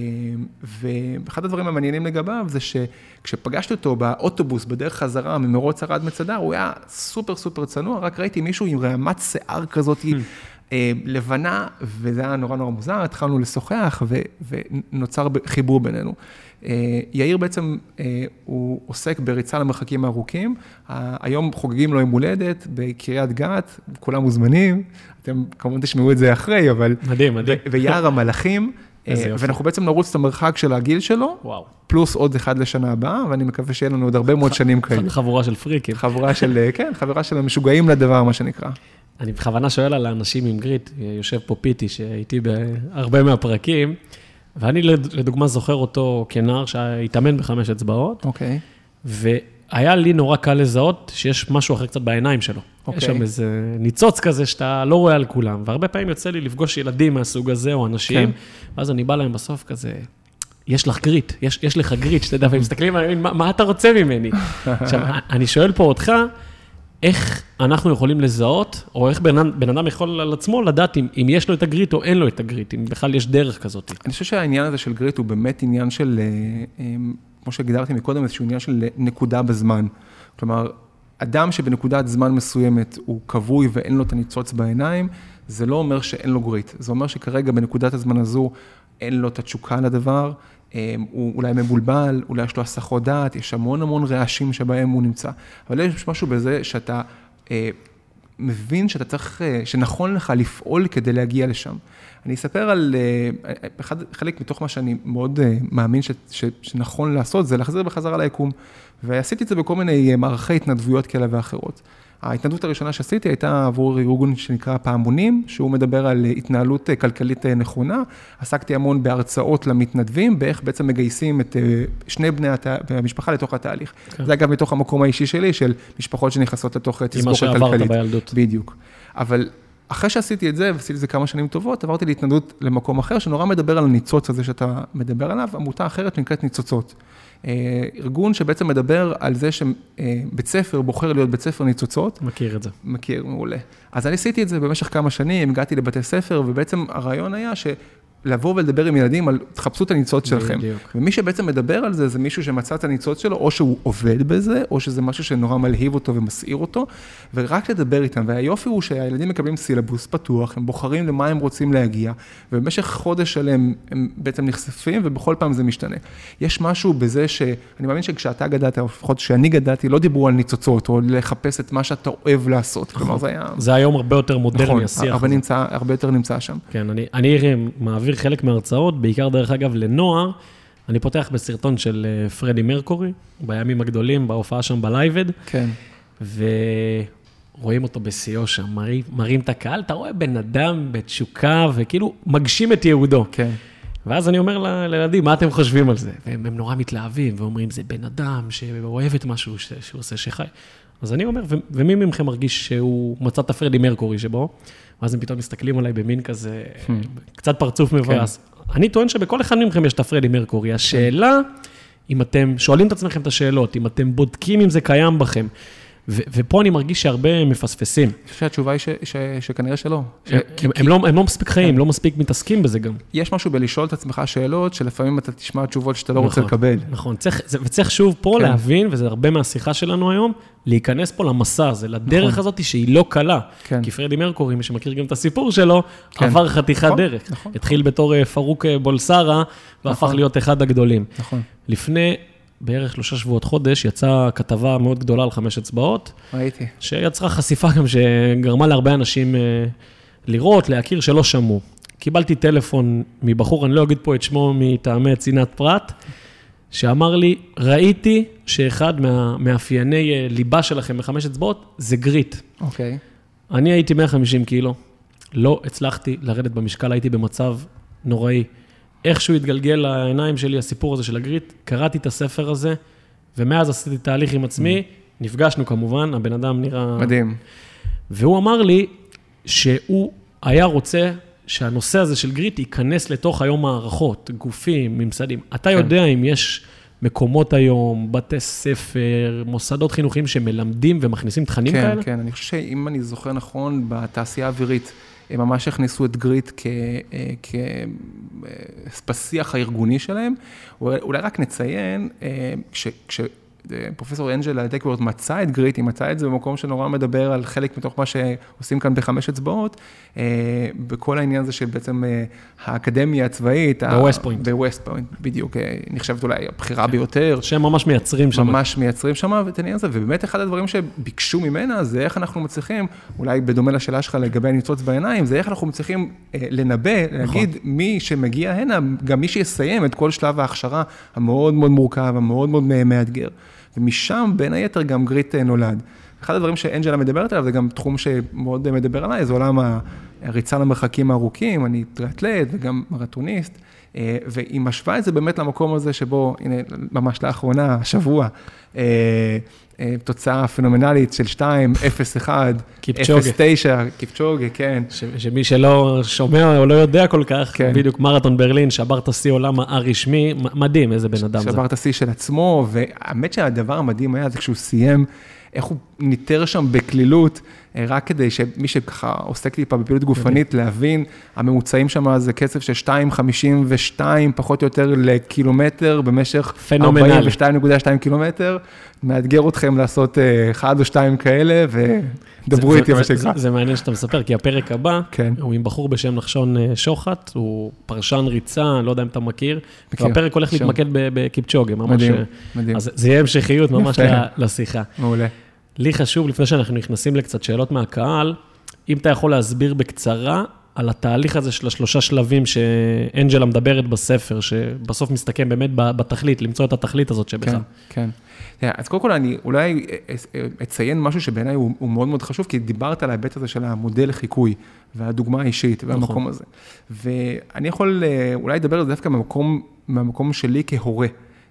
ואחד הדברים המעניינים לגביו זה שכשפגשתי אותו באוטובוס בדרך חזרה ממרוץ ערד מצדה, הוא היה סופר סופר צנוע, רק ראיתי מישהו עם רעמת שיער כזאת, לבנה, וזה היה נורא נורא מוזר, התחלנו לשוחח ונוצר חיבור בינינו. יאיר בעצם, הוא עוסק בריצה למרחקים הארוכים, היום חוגגים לו יום הולדת בקריית גת, כולם מוזמנים, אתם כמובן תשמעו את זה אחרי, אבל... מדהים, מדהים. ויער המלאכים, ואנחנו בעצם נרוץ את המרחק של הגיל שלו, וואו. פלוס עוד אחד לשנה הבאה, ואני מקווה שיהיה לנו עוד הרבה מאוד שנים כאלה. חבורה של פריקים. חבורה של, כן, חברה של המשוגעים לדבר, מה שנקרא. אני בכוונה שואל על האנשים עם גריט, יושב פה פיטי שהייתי בהרבה מהפרקים, ואני לדוגמה זוכר אותו כנער שהתאמן ב5 אצבעות, אוקיי. והיה לי נורא קל לזהות שיש משהו אחר קצת בעיניים שלו. יש שם איזה ניצוץ כזה שאתה לא רואה על כולם, והרבה פעמים יוצא לי לפגוש ילדים מהסוג הזה או אנשים, ואז אני בא להם בסוף כזה, יש לך גריט, יש לך גריט, שתדע, והם מסתכלים, מה אתה רוצה ממני? עכשיו, אני שואל פה אותך, איך אנחנו יכולים לזהות, או איך בן אדם יכול על עצמו לדעת אם יש לו את הגריט או אין לו את הגריט, אם בכלל יש דרך כזאת. אני חושב שהעניין הזה של גריט הוא באמת עניין של, כמו שהגדרתי מקודם, איזשהו עניין של נקודה בזמן. כלומר, אדם שבנקודת זמן מסוימת הוא קבוי ואין לו את הניצוץ בעיניים, זה לא אומר שאין לו גריט. זה אומר שכרגע בנקודת הזמן הזו אין לו את התשוקה לדבר, הוא אולי מבולבל, אולי יש לו הסחות דעת, יש המון רעשים שבהם הוא נמצא. אבל יש משהו בזה שאתה מבין שאתה צריך, שנכון לך לפעול כדי להגיע לשם. אני אספר על חלק מתוך מה שאני מאוד מאמין שנכון לעשות, זה להחזיר בחזרה ליקום. ועשיתי את זה בכל מיני מערכי התנדבויות כאלה ואחרות. ההתנדבות הראשונה שעשיתי הייתה עבור ארגון שנקרא פעמונים, שהוא מדבר על התנהלות כלכלית נכונה. עסקתי המון בהרצאות למתנדבים, באיך בעצם מגייסים את שני בני המשפחה לתוך התהליך. זה אגב מתוך המקום האישי שלי, של משפחות שנכנסות לתוך תסבוכת כלכלית. עם מה שעברת בילדות. בדיוק. אבל אחרי שעשיתי את זה, ועשיתי את זה כמה שנים טובות, עברתי להתנדבות למקום אחר, שנורא מדבר על הניצוץ הזה שאתה מדבר עליו, עמותה אחרת נקראת ניצוצות. ארגון שבעצם מדבר על זה שבית ספר בוחר להיות בית ספר ניצוצות. מכיר את זה. מכיר, מעולה. אז אני עשיתי את זה במשך כמה שנים, הגעתי לבתי ספר, ובעצם הרעיון היה לבוא ולדבר עם ילדים על תחפשו את הניצוץ שלכם. ומי שבעצם מדבר על זה, זה מישהו שמצא את הניצוץ שלו, או שהוא עובד בזה, או שזה משהו שנורא מלהיב אותו ומסעיר אותו, ורק לדבר איתם. והיופי הוא שהילדים מקבלים סילבוס פתוח, הם בוחרים למה הם רוצים להגיע, ובמשך חודש שלהם הם בעצם נחשפים, ובכל פעם זה משתנה. יש משהו בזה שאני מאמין שכשאתה גדלת, או לפחות שאני גדלתי, לא דיברו על ניצוצות, או לחפש את מה שאתה אוהב לעשות. כלומר, זה היום הרבה יותר מודרני, השיח. הרבה יותר נמצא שם. כן, אני מעביר חלק מההרצאות, בעיקר דרך אגב לנוער, אני פותח בסרטון של פרדי מרקורי, בימים הגדולים, בהופעה שם בלייבד, כן. ורואים אותו בשיאו שם, מראים את הקהל, אתה רואה בן אדם בתשוקה, וכאילו מגשים את יהודו. כן. ואז אני אומר לילדים, מה אתם חושבים על זה? והם נורא מתלהבים, ואומרים, זה בן אדם שאוהב את משהו שהוא עושה שחי. אז אני אומר, ומי ממכם מרגיש שהוא מצא את הפרדי מרקורי שבו? ואז הם פתאום מסתכלים עליי במין כזה, קצת פרצוף מבואס. אני טוען שבכל אחד מכם יש את הפרדי מרקורי. השאלה, אם אתם שואלים את עצמכם את השאלות, אם אתם בודקים אם זה קיים בכם, ופה אני מרגיש שהרבה מפספסים. אני חושב שהתשובה היא שכנראה שלא. הם לא מספיק חיים, לא מספיק מתעסקים בזה גם. יש משהו בלשאול את עצמך שאלות, שלפעמים אתה תשמע תשובות שאתה לא רוצה לקבל. נכון, וצריך שוב פה להבין, וזה הרבה מהשיחה שלנו היום, להיכנס פה למסע הזה, לדרך הזאת שהיא לא קלה. כי פרדי מרקורי, מי שמכיר גם את הסיפור שלו, עבר חתיכת דרך. התחיל בתור פרוק בולסרה, והפך להיות אחד הגדולים. לפני בערך 3 שבועות חודש, יצאה כתבה מאוד גדולה על 5 אצבעות. ראיתי. שיצרה חשיפה גם שגרמה להרבה אנשים לראות, להכיר שלא שמעו. קיבלתי טלפון מבחור, אני לא אגיד פה את שמו מטעמי צנעת פרט, שאמר לי, ראיתי שאחד מהמאפייני ליבה שלכם ב5 אצבעות, זה גריט. אוקיי. אני הייתי 150 קילו, לא הצלחתי לרדת במשקל, הייתי במצב נוראי. איכשהו התגלגל לעיניים שלי, הסיפור הזה של הגריט, קראתי את הספר הזה, ומאז עשיתי תהליך עם עצמי, נפגשנו כמובן, הבן אדם נראה... מדהים. והוא אמר לי שהוא היה רוצה שהנושא הזה של גריט ייכנס לתוך היום מערכות, גופים, ממסדים. אתה יודע אם יש מקומות היום, בתי ספר, מוסדות חינוכיים שמלמדים ומכניסים תכנים כאלה? כן, אני חושב שאם אני זוכר נכון, בתעשייה האווירית, הם ממש הכניסו את גריט בשיח הארגוני שלהם. אולי רק נציין, פרופסור אנג'לה דקוורט מצא את גריט, היא מצאה את זה במקום שנורא מדבר על חלק מתוך מה שעושים כאן ב5 אצבעות, בכל העניין הזה של בעצם האקדמיה הצבאית. בווסט פוינט. בווסט פוינט, בדיוק, נחשבת אולי הבחירה ביותר. שהם ממש מייצרים שם. ממש מייצרים שם את העניין הזה, ובאמת אחד הדברים שביקשו ממנה, זה איך אנחנו מצליחים, אולי בדומה לשאלה שלך לגבי הניצוץ בעיניים, זה איך אנחנו מצליחים לנבא, להגיד מי שמגיע הנה, גם מי שיסיים את כל שלב ההכשרה המאוד מאוד מורכב, המאוד מאוד מאתגר. ומשם בין היתר גם גריט נולד. אחד הדברים שאנג'לה מדברת עליו, זה גם תחום שמאוד מדבר עליי, זה עולם הריצה למרחקים הארוכים, אני טריאטלט וגם מרתוניסט, והיא משווה את זה באמת למקום הזה שבו, הנה, ממש לאחרונה, השבוע, תוצאה פנומנלית של 2, 0, 1, 0, 9, קיפצ'וגה, כן. שמי שלא שומע או לא יודע כל כך, בדיוק מרתון ברלין, שבר את השיא עולם הרשמי, מדהים איזה בן אדם זה. שבר את השיא של עצמו, והאמת שהדבר המדהים היה, זה כשהוא סיים, איך הוא ניטר שם בכלילות, רק כדי שמי שככה עוסק לי פה בפעילות גופנית, להבין, הממוצעים שם זה קצב של 2.52, פחות או יותר לקילומטר, במשך 42.2 קילומטר, מאתגר אתכם לעשות 1 או 2 כאלה, ודברו איתי מה שנקרא. זה מעניין שאתה מספר, כי הפרק הבא, הוא עם בחור בשם נחשון שוחט, הוא פרשן ריצה, לא יודע אם אתה מכיר, והפרק הולך להתמקד בקיפצ'וגה, ממש. מדהים. אז זה יהיה המשכיות ממש לשיחה. מעולה. לי חשוב, לפני שאנחנו נכנסים לקצת שאלות מהקהל, אם אתה יכול להסביר בקצרה על התהליך הזה של 3 שלבים שאנג'לה מדברת בספר, שבסוף מסתכם באמת בתכלית, למצוא את התכלית הזאת שבך. כן. אז קודם כל אני אולי אציין משהו שבעיניי הוא מאוד מאוד חשוב, כי דיברת על ההיבט הזה של המודל לחיקוי, והדוגמה האישית, והמקום הזה. ואני יכול אולי לדבר על זה דווקא מהמקום שלי כהורה,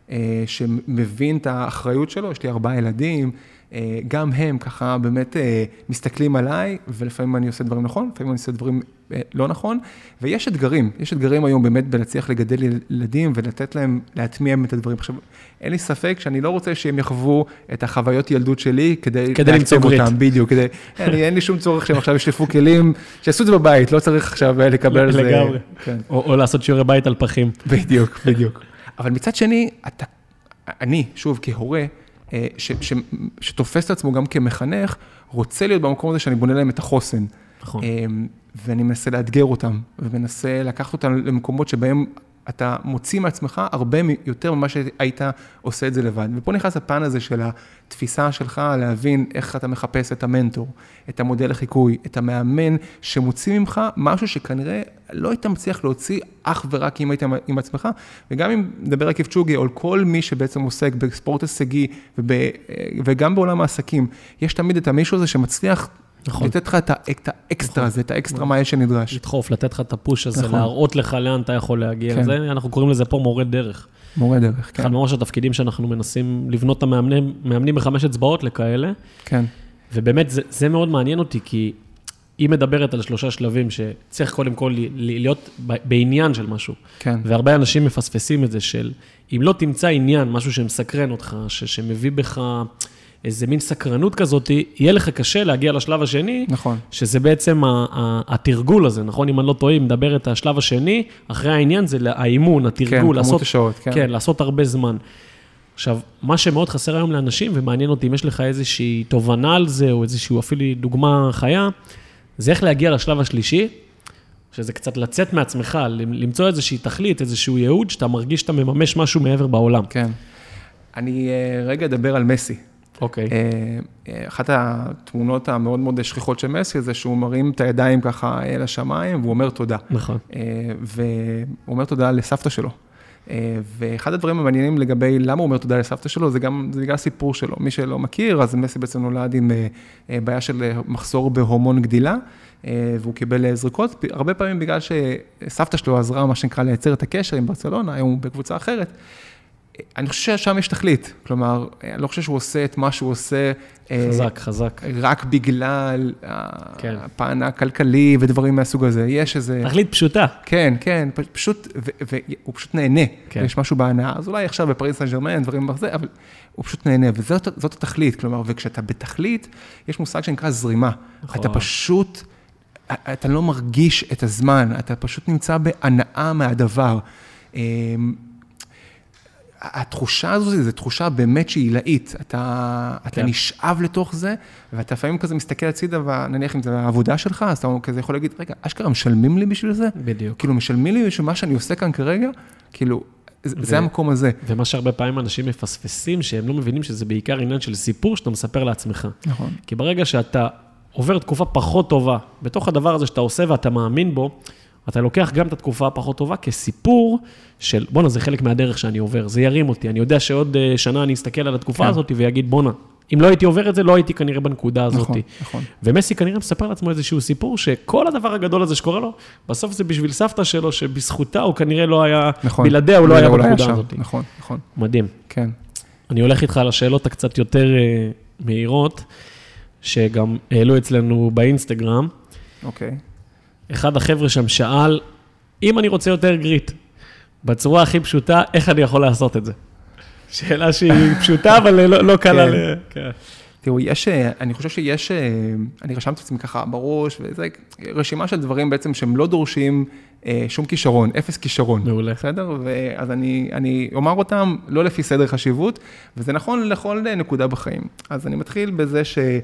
שמבין את האחריות שלו, יש לי 4 ילדים, גם הם ככה באמת מסתכלים עליי, ולפעמים אני עושה דברים נכון, לפעמים אני עושה דברים לא נכון, ויש אתגרים היום באמת בלהצליח לגדל ילדים, ולתת להם, להטמיע את הדברים. עכשיו, אין לי ספק שאני לא רוצה שהם יחוו את החוויות ילדות שלי, כדי למצוא גריט. בדיוק, אין לי שום צורך שהם עכשיו ישלפו כלים, שיעשו את זה בבית, לא צריך עכשיו לקבל על זה. לגמרי. או לעשות שיעורי בית על פחים. בדיוק. אבל מצד שני, אני, שוב, כהורה, שתופס את עצמו גם כמחנך, רוצה להיות במקום הזה שאני בונה להם את החוסן. נכון. ואני מנסה לאתגר אותם, ומנסה לקחת אותם למקומות שבהם אתה מוציא מעצמך הרבה יותר ממה שהיית עושה את זה לבד. ופה נכנס הפן הזה של התפיסה שלך, להבין איך אתה מחפש את המנטור, את המודל לחיקוי, את המאמן שמוציא ממך משהו שכנראה לא היית מצליח להוציא אך ורק אם היית עם עצמך, וגם אם נדבר על קיפצ'וגה, או כל מי שבעצם עוסק בספורט הישגי, וגם בעולם העסקים, יש תמיד את המישהו הזה שמצליח לתת לך את האקסטרה הזה, את האקסטרה מייל שנדרש. לדחוף, לתת לך את הפוש הזה, להראות לך לאן אתה יכול להגיע. אנחנו קוראים לזה פה מורה דרך. מורה דרך, כן. אחד ממש התפקידים שאנחנו מנסים לבנות את המאמנים ב5 אצבעות לכאלה. כן. ובאמת זה מאוד מעניין אותי, כי היא מדברת על 3 שלבים שצריך קודם כל להיות בעניין של משהו. כן. והרבה אנשים מפספסים את זה של, אם לא תמצא עניין, משהו שמסקרן אותך, שמביא בך איזה מין סקרנות כזאת, יהיה לך קשה להגיע לשלב השני, נכון. שזה בעצם התרגול הזה, נכון? אם אני לא טועה, אם מדבר את השלב השני, אחרי העניין זה האימון, התרגול, כן, כמות השעות, כן. כן, לעשות הרבה זמן. עכשיו, מה שמאוד חסר היום לאנשים, ומעניין אותי אם יש לך איזושהי תובנה על זה, או איזושהי אפילו דוגמה חיה, זה איך להגיע לשלב השלישי, שזה קצת לצאת מעצמך, למצוא איזושהי תכלית, איזשהו ייעוד, שאתה מרגיש שאתה מממש משהו מעבר בעולם. כן. אני רגע אדבר על מסי. אוקיי. אחת התמונות המאוד מאוד שכיחות של מסי, זה שהוא מרים את הידיים ככה אל השמיים, והוא אומר תודה. נכון. והוא אומר תודה לסבתא שלו. ואחד הדברים המעניינים לגבי למה הוא אומר תודה לסבתא שלו, זה בגלל הסיפור שלו. מי שלא מכיר, אז מסי בעצם נולד עם בעיה של מחסור בהורמון גדילה, והוא קיבל זריקות, הרבה פעמים בגלל שסבתא שלו עזרה, מה שנקרא, לייצר את הקשר עם ברצלונה, היום הוא בקבוצה אחרת. אני חושב ששם יש תכלית, כלומר, אני לא חושב שהוא עושה את מה שהוא עושה, חזק. רק בגלל הפן הכלכלי ודברים מהסוג הזה. יש איזה... תכלית פשוטה. כן, פשוט, והוא פשוט נהנה. יש משהו בהנאה, אז אולי עכשיו בפריס סן ז'רמן, דברים בזה, אבל הוא פשוט נהנה, וזאת התכלית, כלומר, וכשאתה בתכלית, יש מושג שנקרא זרימה. אתה פשוט, אתה לא מרגיש את הזמן, אתה פשוט נמצא בהנאה מהדבר. התחושה הזו, זו תחושה באמת שהיא עילאית. אתה נשאב לתוך זה, ואתה לפעמים כזה מסתכל הצידה, ונניח אם זה העבודה שלך, אז אתה כזה יכול להגיד, רגע, אשכרה משלמים לי בשביל זה? בדיוק. כאילו, משלמים לי בשביל מה שאני עושה כאן כרגע? כאילו, זה המקום הזה. ומה שהרבה פעמים אנשים מפספסים, שהם לא מבינים שזה בעיקר עניין של סיפור שאתה מספר לעצמך. נכון. כי ברגע שאתה עובר תקופה פחות טובה, בתוך הדבר הזה שאתה עושה ואתה מאמין בו, אתה לוקח גם את התקופה הפחות טובה כסיפור של, בונה, זה חלק מהדרך שאני עובר, זה ירים אותי. אני יודע שעוד שנה אני אסתכל על התקופה הזאת ויגיד, בונה, אם לא הייתי עובר את זה, לא הייתי כנראה בנקודה הזאת. נכון. ומסי כנראה מספר לעצמו איזשהו סיפור, שכל הדבר הגדול הזה שקורה לו, בסוף זה בשביל סבתא שלו, שבזכותה הוא כנראה לא היה, בלעדיה הוא לא היה בנקודה הזאת. נכון. מדהים. כן. אני הולך איתך על השאלות הקצת יותר מהירות, שגם העלו אצלנו באינסטגרם. אוקיי. אחד החבר'ה שם שאל, אם אני רוצה יותר גריט, בצורה הכי פשוטה, איך אני יכול לעשות את זה? שאלה שהיא פשוטה, אבל לא קלה. תראו, אני חושב שיש, אני רשמתי את עצמי ככה בראש, וזה רשימה של דברים בעצם שהם לא דורשים שום כישרון, אפס כישרון. מעולה. בסדר? אז אני אומר אותם לא לפי סדר חשיבות, וזה נכון לכל נקודה בחיים. אז אני מתחיל בזה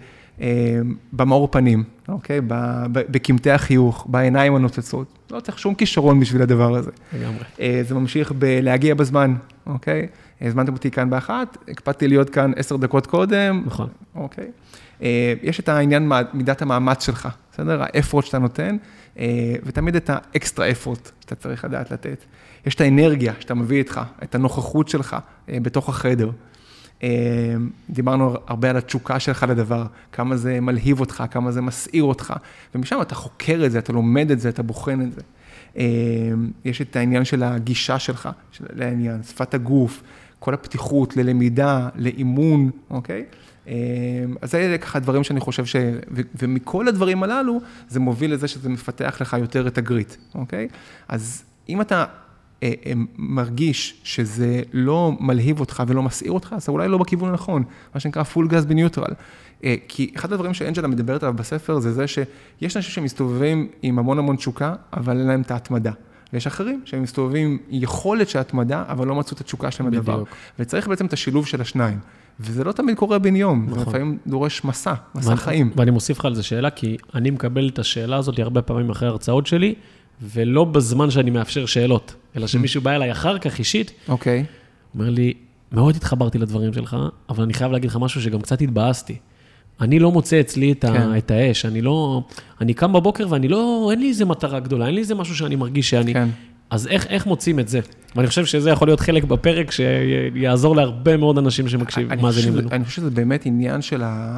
במאור פנים, אוקיי? בקמטי החיוך, בעיניים הנוצצות. לא צריך שום כישרון בשביל הדבר הזה. לגמרי. זה ממשיך בלהגיע בזמן, אוקיי? הזמנתם אותי כאן באחת, הקפדתי להיות כאן 10 דקות קודם. נכון. אוקיי. יש את העניין מידת המאמץ שלך, בסדר? האפורט שאתה נותן, ותמיד את האקסטרה אפורט שאתה צריך לדעת לתת. יש את האנרגיה שאתה מביא איתך, את הנוכחות שלך בתוך החדר. דיברנו הרבה על התשוקה שלך לדבר, כמה זה מלהיב אותך, כמה זה מסעיר אותך, ומשם אתה חוקר את זה, אתה לומד את זה, אתה בוחן את זה. יש את העניין של הגישה שלך, לעניין, שפת הגוף, כל הפתיחות ללמידה, לאימון, אוקיי? אז זה ככה דברים שאני חושב ומכל הדברים הללו, זה מוביל לזה שזה מפתח לך יותר את הגריט, אוקיי? אז אם אתה מרגיש שזה לא מלהיב אותך ולא מסעיר אותך, אז אולי לא בכיוון הנכון, מה שנקרא full gas בניוטרל. כי אחד הדברים שאנג'לה מדברת עליו בספר, זה שיש אנשים שמסתובבים עם המון תשוקה, אבל אין להם את ההתמדה. ויש אחרים שהם מסתובבים עם יכולת של התמדה, אבל לא מצאו את התשוקה שלהם בדבר. וצריך בעצם את השילוב של השניים. וזה לא תמיד קורה בן יום, זה לפעמים דורש מסע חיים. ואני מוסיף לך על זה שאלה, כי אני מקבל את השאלה הזאת הרבה פעמים אחרי ההרצאות שלי, ולא בזמן שאני מאפשר שאלות, אלא שמישהו בא אליי אחר כך אישית, אוקיי. אומר לי, מאוד התחברתי לדברים שלך, אבל אני חייב להגיד לך משהו שגם קצת התבאסתי. אני לא מוצא אצלי את האש, אני קם בבוקר ואני לא, אין לי איזה מטרה גדולה, אין לי איזה משהו שאני מרגיש שאני, אז איך מוצאים את זה? ואני חושב שזה יכול להיות חלק בפרק שיעזור להרבה מאוד אנשים שמקשיבים, מאזינים לנו. אני חושב שזה באמת עניין של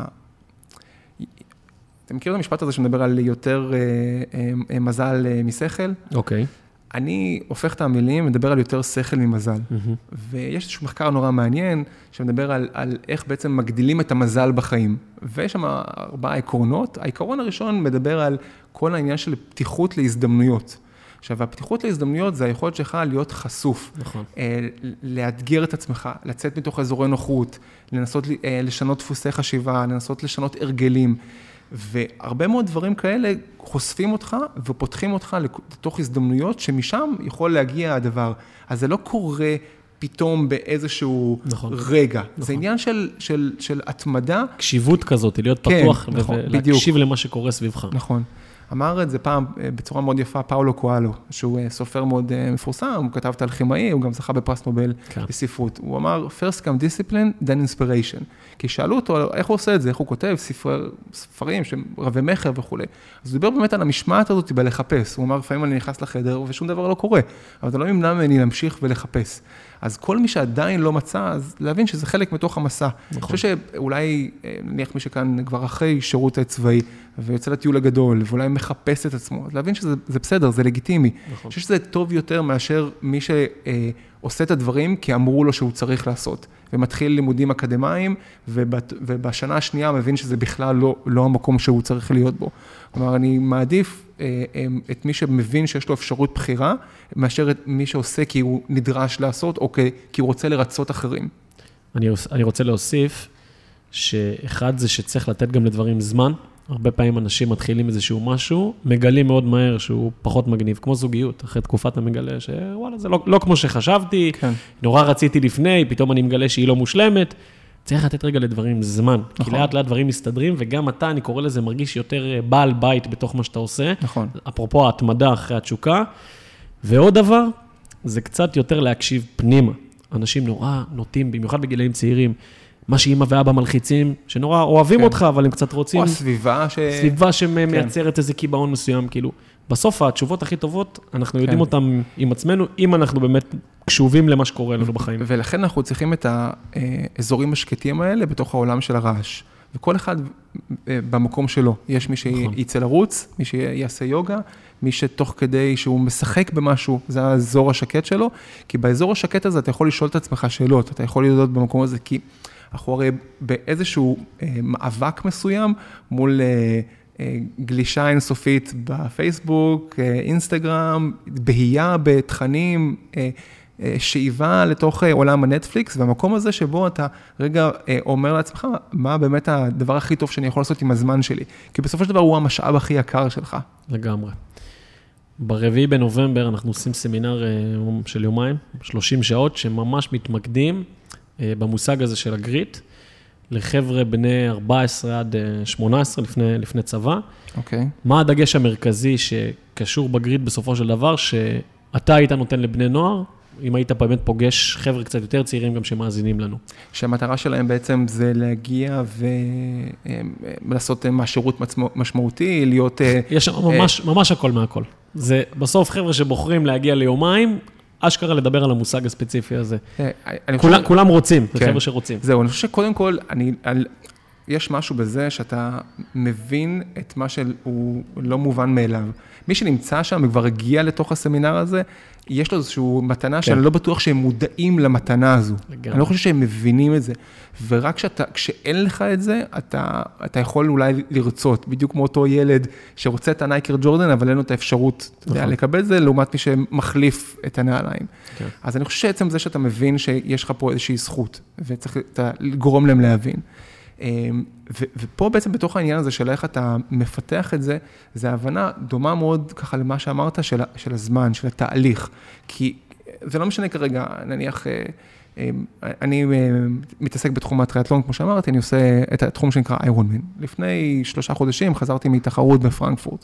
אתה מכיר את המשפט הזה שמדבר על יותר מזל משכל? אוקיי. אני הופך את המילים, מדבר על יותר שכל ממזל. ויש איזשהו מחקר נורא מעניין, שמדבר על איך בעצם מגדילים את המזל בחיים. ויש שם 4 עקרונות. העיקרון הראשון מדבר על כל העניין של פתיחות להזדמנויות. עכשיו, הפתיחות להזדמנויות זה היכולת שלך להיות חשוף. נכון. לאתגר את עצמך, לצאת מתוך אזורי נוחות, לנסות לשנות דפוסי חשיבה, לנסות לשנות הרגלים. והרבה מאוד דברים כאלה חושפים אותך ופותחים אותך לתוך הזדמנויות שמשם יכול להגיע הדבר. אז זה לא קורה פתאום באיזשהו רגע. זה עניין של התמדה. קשיבות כזאת, להיות פתוח ולהקשיב למה שקורה סביבך. נכון. אמר את זה פעם בצורה מאוד יפה, פאולו קואלו, שהוא סופר מאוד מפורסם, הוא כתב את האלכימאי, הוא גם זכה בפרס נובל בספרות. הוא אמר, first come discipline, then inspiration. כי שאלו אותו, איך הוא עושה את זה, איך הוא כותב ספרים שהם רבי מחר וכו'. אז הוא דיבר באמת על המשמעת הזאת בלחפש. הוא אמר, לפעמים אני נכנס לחדר ושום דבר לא קורה, אבל זה לא ימנע ממני להמשיך ולחפש. אז כל מי שעדיין לא מצא, אז להבין שזה חלק מתוך המסע. אני חושב שאולי, נניח מי שכאן כבר אחרי שירות הצבאי, ויוצא לטיול הגדול, ואולי מחפש את עצמו, אז להבין שזה בסדר, זה לגיטימי. אני חושב שזה טוב יותר מאשר מי שעושה את הדברים, כי אמרו לו שהוא צריך לעשות. ומתחיל לימודים אקדמיים, ובשנה השנייה מבין שזה בכלל לא המקום שהוא צריך להיות בו. כלומר, אני מעדיף את מי שמבין שיש לו אפשרות בחירה, מאשר את מי שעושה כי הוא נדרש לעשות, או כי הוא רוצה לרצות אחרים. אני רוצה להוסיף, שאחד זה שצריך לתת גם לדברים זמן, הרבה פעמים אנשים מתחילים איזשהו משהו, מגלים מאוד מהר שהוא פחות מגניב, כמו זוגיות, אחרי תקופת אתה מגלה שוואלה, זה לא כמו שחשבתי, כן. נורא רציתי לפני, פתאום אני מגלה שהיא לא מושלמת, צריך לתת רגע לדברים זמן, נכון. כי לאט לאט דברים מסתדרים, וגם אתה, אני קורא לזה, מרגיש יותר בעל בית בתוך מה שאתה עושה, נכון. אפרופו ההתמדה אחרי התשוקה, ועוד דבר, זה קצת יותר להקשיב פנימה, אנשים נורא נוטים, במיוחד בגילאים צעירים, מה שאמא ואבא מלחיצים, שנורא אוהבים אותך, אבל הם קצת רוצים... או הסביבה סביבה שמייצרת איזה קיבעון מסוים, כאילו. בסוף, התשובות הכי טובות, אנחנו יודעים אותן עם עצמנו, אם אנחנו באמת קשובים למה שקורה לנו בחיים. ולכן אנחנו צריכים את האזורים השקטים האלה בתוך העולם של הרעש. וכל אחד במקום שלו. יש מי שיצא לרוץ, מי שיעשה יוגה, מי שתוך כדי שהוא משחק במשהו, זה האזור השקט שלו, כי באזור השקט הזה אתה יכול לשאול את עצמך שאלות, אתה יכול להיות במקום הזה, כי אנחנו הרי באיזשהו מאבק מסוים מול גלישה אינסופית בפייסבוק, אינסטגרם, בהייה בתכנים, שאיבה לתוך עולם הנטפליקס, והמקום הזה שבו אתה רגע אומר לעצמך, מה באמת הדבר הכי טוב שאני יכול לעשות עם הזמן שלי? כי בסופו של דבר הוא המשאב הכי יקר שלך. לגמרי. ב4 בנובמבר אנחנו עושים סמינר של יומיים, 30 שעות, שממש מתמקדים במושג הזה של הגריט, לחבר'ה בני 14 עד 18 לפני צבא. אוקיי. מה הדגש המרכזי שקשור בגריט בסופו של דבר, שאתה היית נותן לבני נוער, אם היית באמת פוגש חבר'ה קצת יותר צעירים גם שמאזינים לנו. שהמטרה שלהם בעצם זה להגיע ולעשות מהשירות משמעותי, להיות... יש ממש הכל מהכל. זה בסוף חבר'ה שבוחרים להגיע ליומיים, אשכרה לדבר על המושג הספציפי הזה. כולם רוצים, זה חבר'ה שרוצים. זהו, אני חושב שקודם כל, יש משהו בזה שאתה מבין את מה שהוא לא מובן מאליו. מי שנמצא שם וכבר הגיע לתוך הסמינר הזה, יש לו איזושהי מתנה שאני לא בטוח שהם מודעים למתנה הזו. אני לא חושב שהם מבינים את זה. ורק כשאין לך את זה, אתה יכול אולי לרצות, בדיוק כמו אותו ילד שרוצה את הנייקר ג'ורדן, אבל אין לו את האפשרות לקבל את זה, לעומת מי שמחליף את הנעליים. אז אני חושב שעצם זה שאתה מבין שיש לך פה איזושהי זכות, וצריך לגרום להם להבין. ופה בעצם בתוך העניין הזה של איך אתה מפתח את זה, זה הבנה דומה מאוד ככה למה שאמרת של הזמן, של התהליך. כי זה לא משנה כרגע, נניח, אני מתעסק בתחום הטריאטלון, כמו שאמרתי, אני עושה את התחום שנקרא איירונמן. לפני 3 חודשים חזרתי מתחרות בפרנקפורט.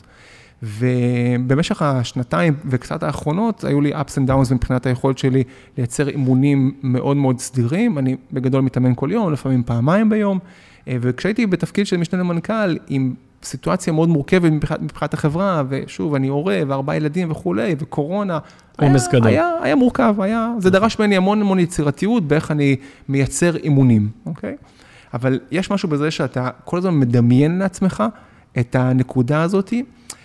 ובמשך השנתיים וקצת האחרונות, היו לי ups and downs מבחינת היכולת שלי לייצר אימונים מאוד מאוד סדירים. אני בגדול מתאמן כל יום, לפעמים פעמיים ביום. וכשהייתי בתפקיד של משנה למנכ"ל, עם סיטואציה מאוד מורכבת מבחינת החברה, ושוב, אני הורה, ו4 ילדים וכו', וקורונה, היה מורכב, זה דרש ממני המון יצירתיות, באיך אני מייצר אימונים, אוקיי? אבל יש משהו בזה שאתה כל הזמן מדמיין לעצמך את הנקודה הזאת,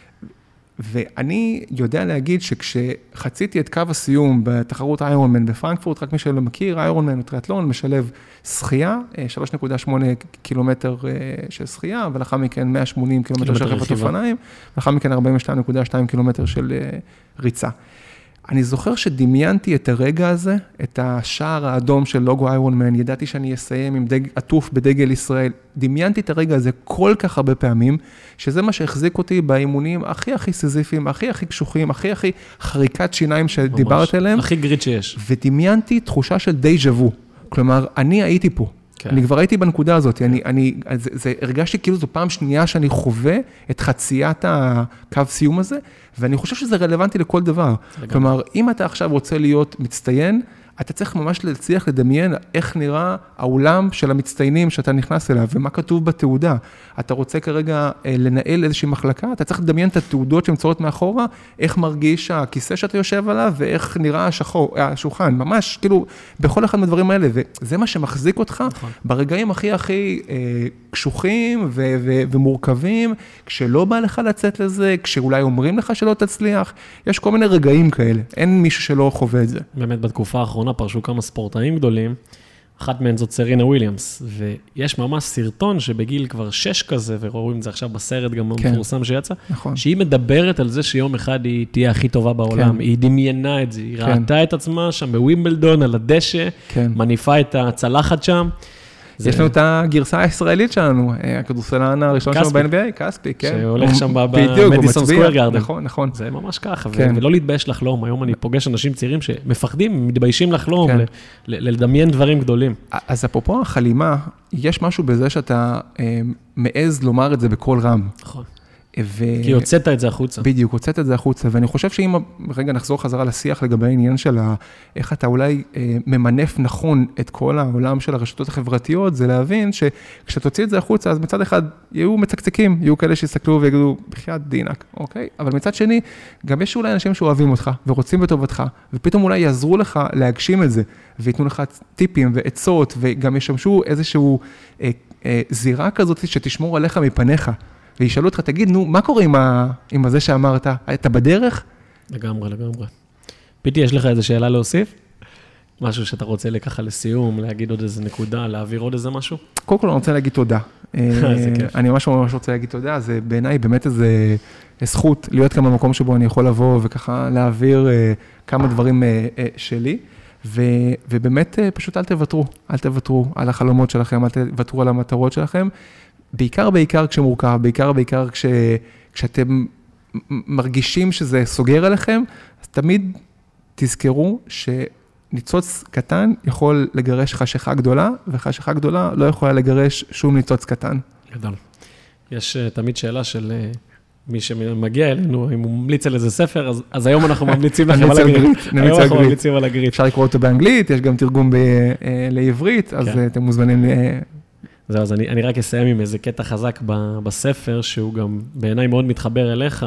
ואני יודע להגיד שכשחציתי את קו הסיום בתחרות איירונמן בפרנקפורט, רק מי שלא מכיר, איירונמן הוא טריאטלון, משלב שחייה, 3.8 קילומטר של שחייה, ולאחר מכן 180 קילומטר של רכיבת אופניים, ולאחר מכן 42.2 קילומטר של ריצה. אני זוכר שדמיינתי את הרגע הזה, את השער האדום של לוגו איירונמן, ידעתי שאני אסיים עם עטוף בדגל ישראל, דמיינתי את הרגע הזה כל כך הרבה פעמים, שזה מה שהחזיק אותי באימונים הכי סיזיפיים, הכי קשוחים, הכי חריקת שיניים שדיברת עליהם. הכי גריט שיש. ודמיינתי תחושה של דייז'ה וו. כלומר, אני הייתי פה. כן. אני כבר הייתי בנקודה הזאת, הרגשתי כאילו זו פעם שנייה שאני חווה את חציית הקו סיום הזה, ואני חושב שזה רלוונטי לכל דבר. כלומר, אם אתה עכשיו רוצה להיות מצטיין, אתה צריך ממש להצליח לדמיין איך נראה האולם של המצטיינים שאתה נכנס אליו, ומה כתוב בתעודה. אתה רוצה כרגע לנהל איזושהי מחלקה, אתה צריך לדמיין את התעודות שנמצאות מאחורה, איך מרגיש הכיסא שאתה יושב עליו, ואיך נראה השולחן, ממש, כאילו, בכל אחד מהדברים האלה, וזה מה שמחזיק אותך, ברגעים הכי קשוחים ומורכבים, כשלא בא לך לצאת לזה, כשאולי אומרים לך שלא תצליח, יש כל מיני רגעים כאלה, אין מישהו שלא חווה את זה. באמת בתקופה האחרונה פרשו כמה ספורטאים גדולים, אחת מהן זאת סרינה וויליאמס, ויש ממש סרטון שבגיל כבר 6 כזה, ורואים את זה עכשיו בסרט גם מפורסם שיצא, שהיא מדברת על זה שיום אחד היא תהיה הכי טובה בעולם, היא דמיינה את זה, היא ראתה את עצמה שם בווימבלדון על הדשא, מניפה את הצלחת שם, יש לנו את הגרסה הישראלית שלנו, הכדורסלן הראשון שלנו ב-NBA, קספי, כן. שהולך שם במדיסון סקוואר גארדן. נכון, נכון. זה ממש ככה, ולא להתבייש לחלום. היום אני פוגש אנשים צעירים שמפחדים, מתביישים לחלום, לדמיין דברים גדולים. אז אפרופו החלימה, יש משהו בזה שאתה מעז לומר את זה בקול רם. נכון. כי הוצאת את זה החוצה. בדיוק, הוצאת את זה החוצה, ואני חושב שאם רגע נחזור חזרה לשיח לגבי העניין של איך אתה אולי ממנף נכון את כל העולם של הרשתות החברתיות, זה להבין שכשאתה תוציא את זה החוצה, אז מצד אחד יהיו מצקצקים, יהיו כאלה שיסתכלו ויגידו, בחייאת דינק, אוקיי? אבל מצד שני, גם יש אולי אנשים שאוהבים אותך ורוצים בטובתך, ופתאום אולי יעזרו לך להגשים את זה, ויתנו לך טיפים ועצות, וגם ישמשו איזשהו זירה כזאת שתשמור עליך מפניך. וישאלו אותך, תגיד, נו, מה קורה עם זה שאמרת? אתה בדרך? לגמרי. פיטי, יש לך איזו שאלה להוסיף? משהו שאתה רוצה ככה לסיום, להגיד עוד איזה נקודה, להעביר עוד איזה משהו? קודם כל, אני רוצה להגיד תודה. זה כיף. אני ממש רוצה להגיד תודה, זה בעיניי באמת איזה זכות להיות כאן במקום שבו אני יכול לבוא וככה להעביר כמה דברים שלי, ובאמת פשוט אל תוותרו על החלומות שלכם, אל תוותרו על המטרות שלכם, בעיקר כשמורכב, בעיקר כשאתם מרגישים שזה סוגר עליכם, אז תמיד תזכרו שניצוץ קטן יכול לגרש חשיכה גדולה, וחשיכה גדולה לא יכולה לגרש שום ניצוץ קטן. גדול. יש תמיד שאלה של מי שמגיע אלינו, אם הוא ממליץ על איזה ספר, אז היום אנחנו ממליצים לכם על הגרית. היום אנחנו ממליצים על הגרית. אפשר לקרוא אותו באנגלית, יש גם תרגום לעברית, אז אתם מוזמנים זהו, אז אני רק אסיים עם איזה קטע חזק בספר, שהוא גם בעיניי מאוד מתחבר אליך,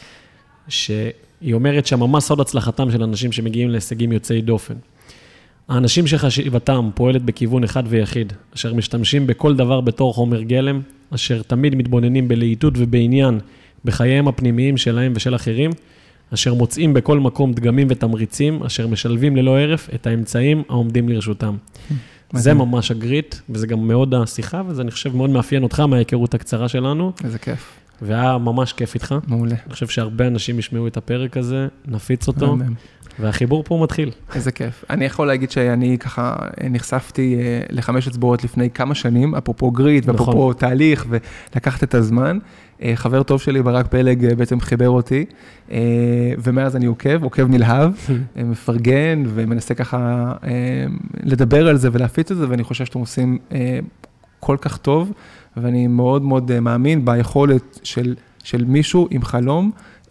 שהיא אומרת שהממש סוד הצלחתם של אנשים שמגיעים להישגים יוצאי דופן. האנשים שחשיבתם פועלת בכיוון אחד ויחיד, אשר משתמשים בכל דבר בתור חומר גלם, אשר תמיד מתבוננים בלהיטות ובעניין בחייהם הפנימיים שלהם ושל אחרים, אשר מוצאים בכל מקום דגמים ותמריצים, אשר משלבים ללא הרף את האמצעים העומדים לרשותם. זה ממש הגריט, וזה גם מאוד השיחה, וזה אני חושב מאוד מאפיין אותך מההיכרות הקצרה שלנו. איזה כיף. והיה ממש כיף איתך. מעולה. אני חושב שהרבה אנשים ישמעו את הפרק הזה, נפיץ אותו, והחיבור פה מתחיל. איזה כיף. אני יכול להגיד שאני ככה נחשפתי ל5 אצבעות לפני כמה שנים, אפרופו גריט, ואפרופו תהליך, ולקחת את הזמן. חבר טוב שלי, ברק פלג, בעצם חיבר אותי, ומאז אני עוקב נלהב, מפרגן, ומנסה ככה לדבר על זה ולהפיץ את זה, ואני חושב שאתם עושים כל כך טוב, ואני מאוד מאוד מאמין ביכולת של מישהו עם חלום,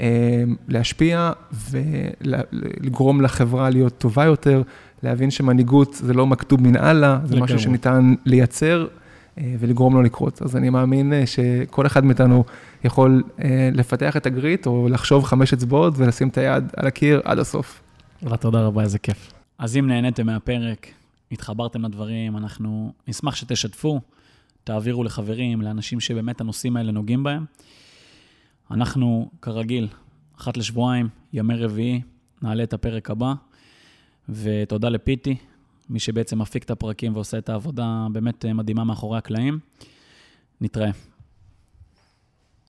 להשפיע ולגרום לחברה להיות טובה יותר, להבין שמנהיגות זה לא מכתוב מן אללה, זה משהו שניתן לייצר ולגרום לו לקרות. אז אני מאמין שכל אחד מאיתנו יכול לפתח את הגריט, או לחשוב 5 אצבעות ולשים את היד על הקיר עד הסוף. תודה רבה, איזה כיף. אז אם נהניתם מהפרק, התחברתם לדברים, אנחנו נשמח שתשתפו, תעבירו לחברים, לאנשים שבאמת הנושאים האלה נוגעים בהם. אנחנו, כרגיל, 1 לשבועיים, ימי רביעי, נעלה את הפרק הבא, ותודה לפיטי, מי שבעצם מפיק את הפרקים ועושה את העבודה באמת מדהימה מאחורי הקלעים. נתראה.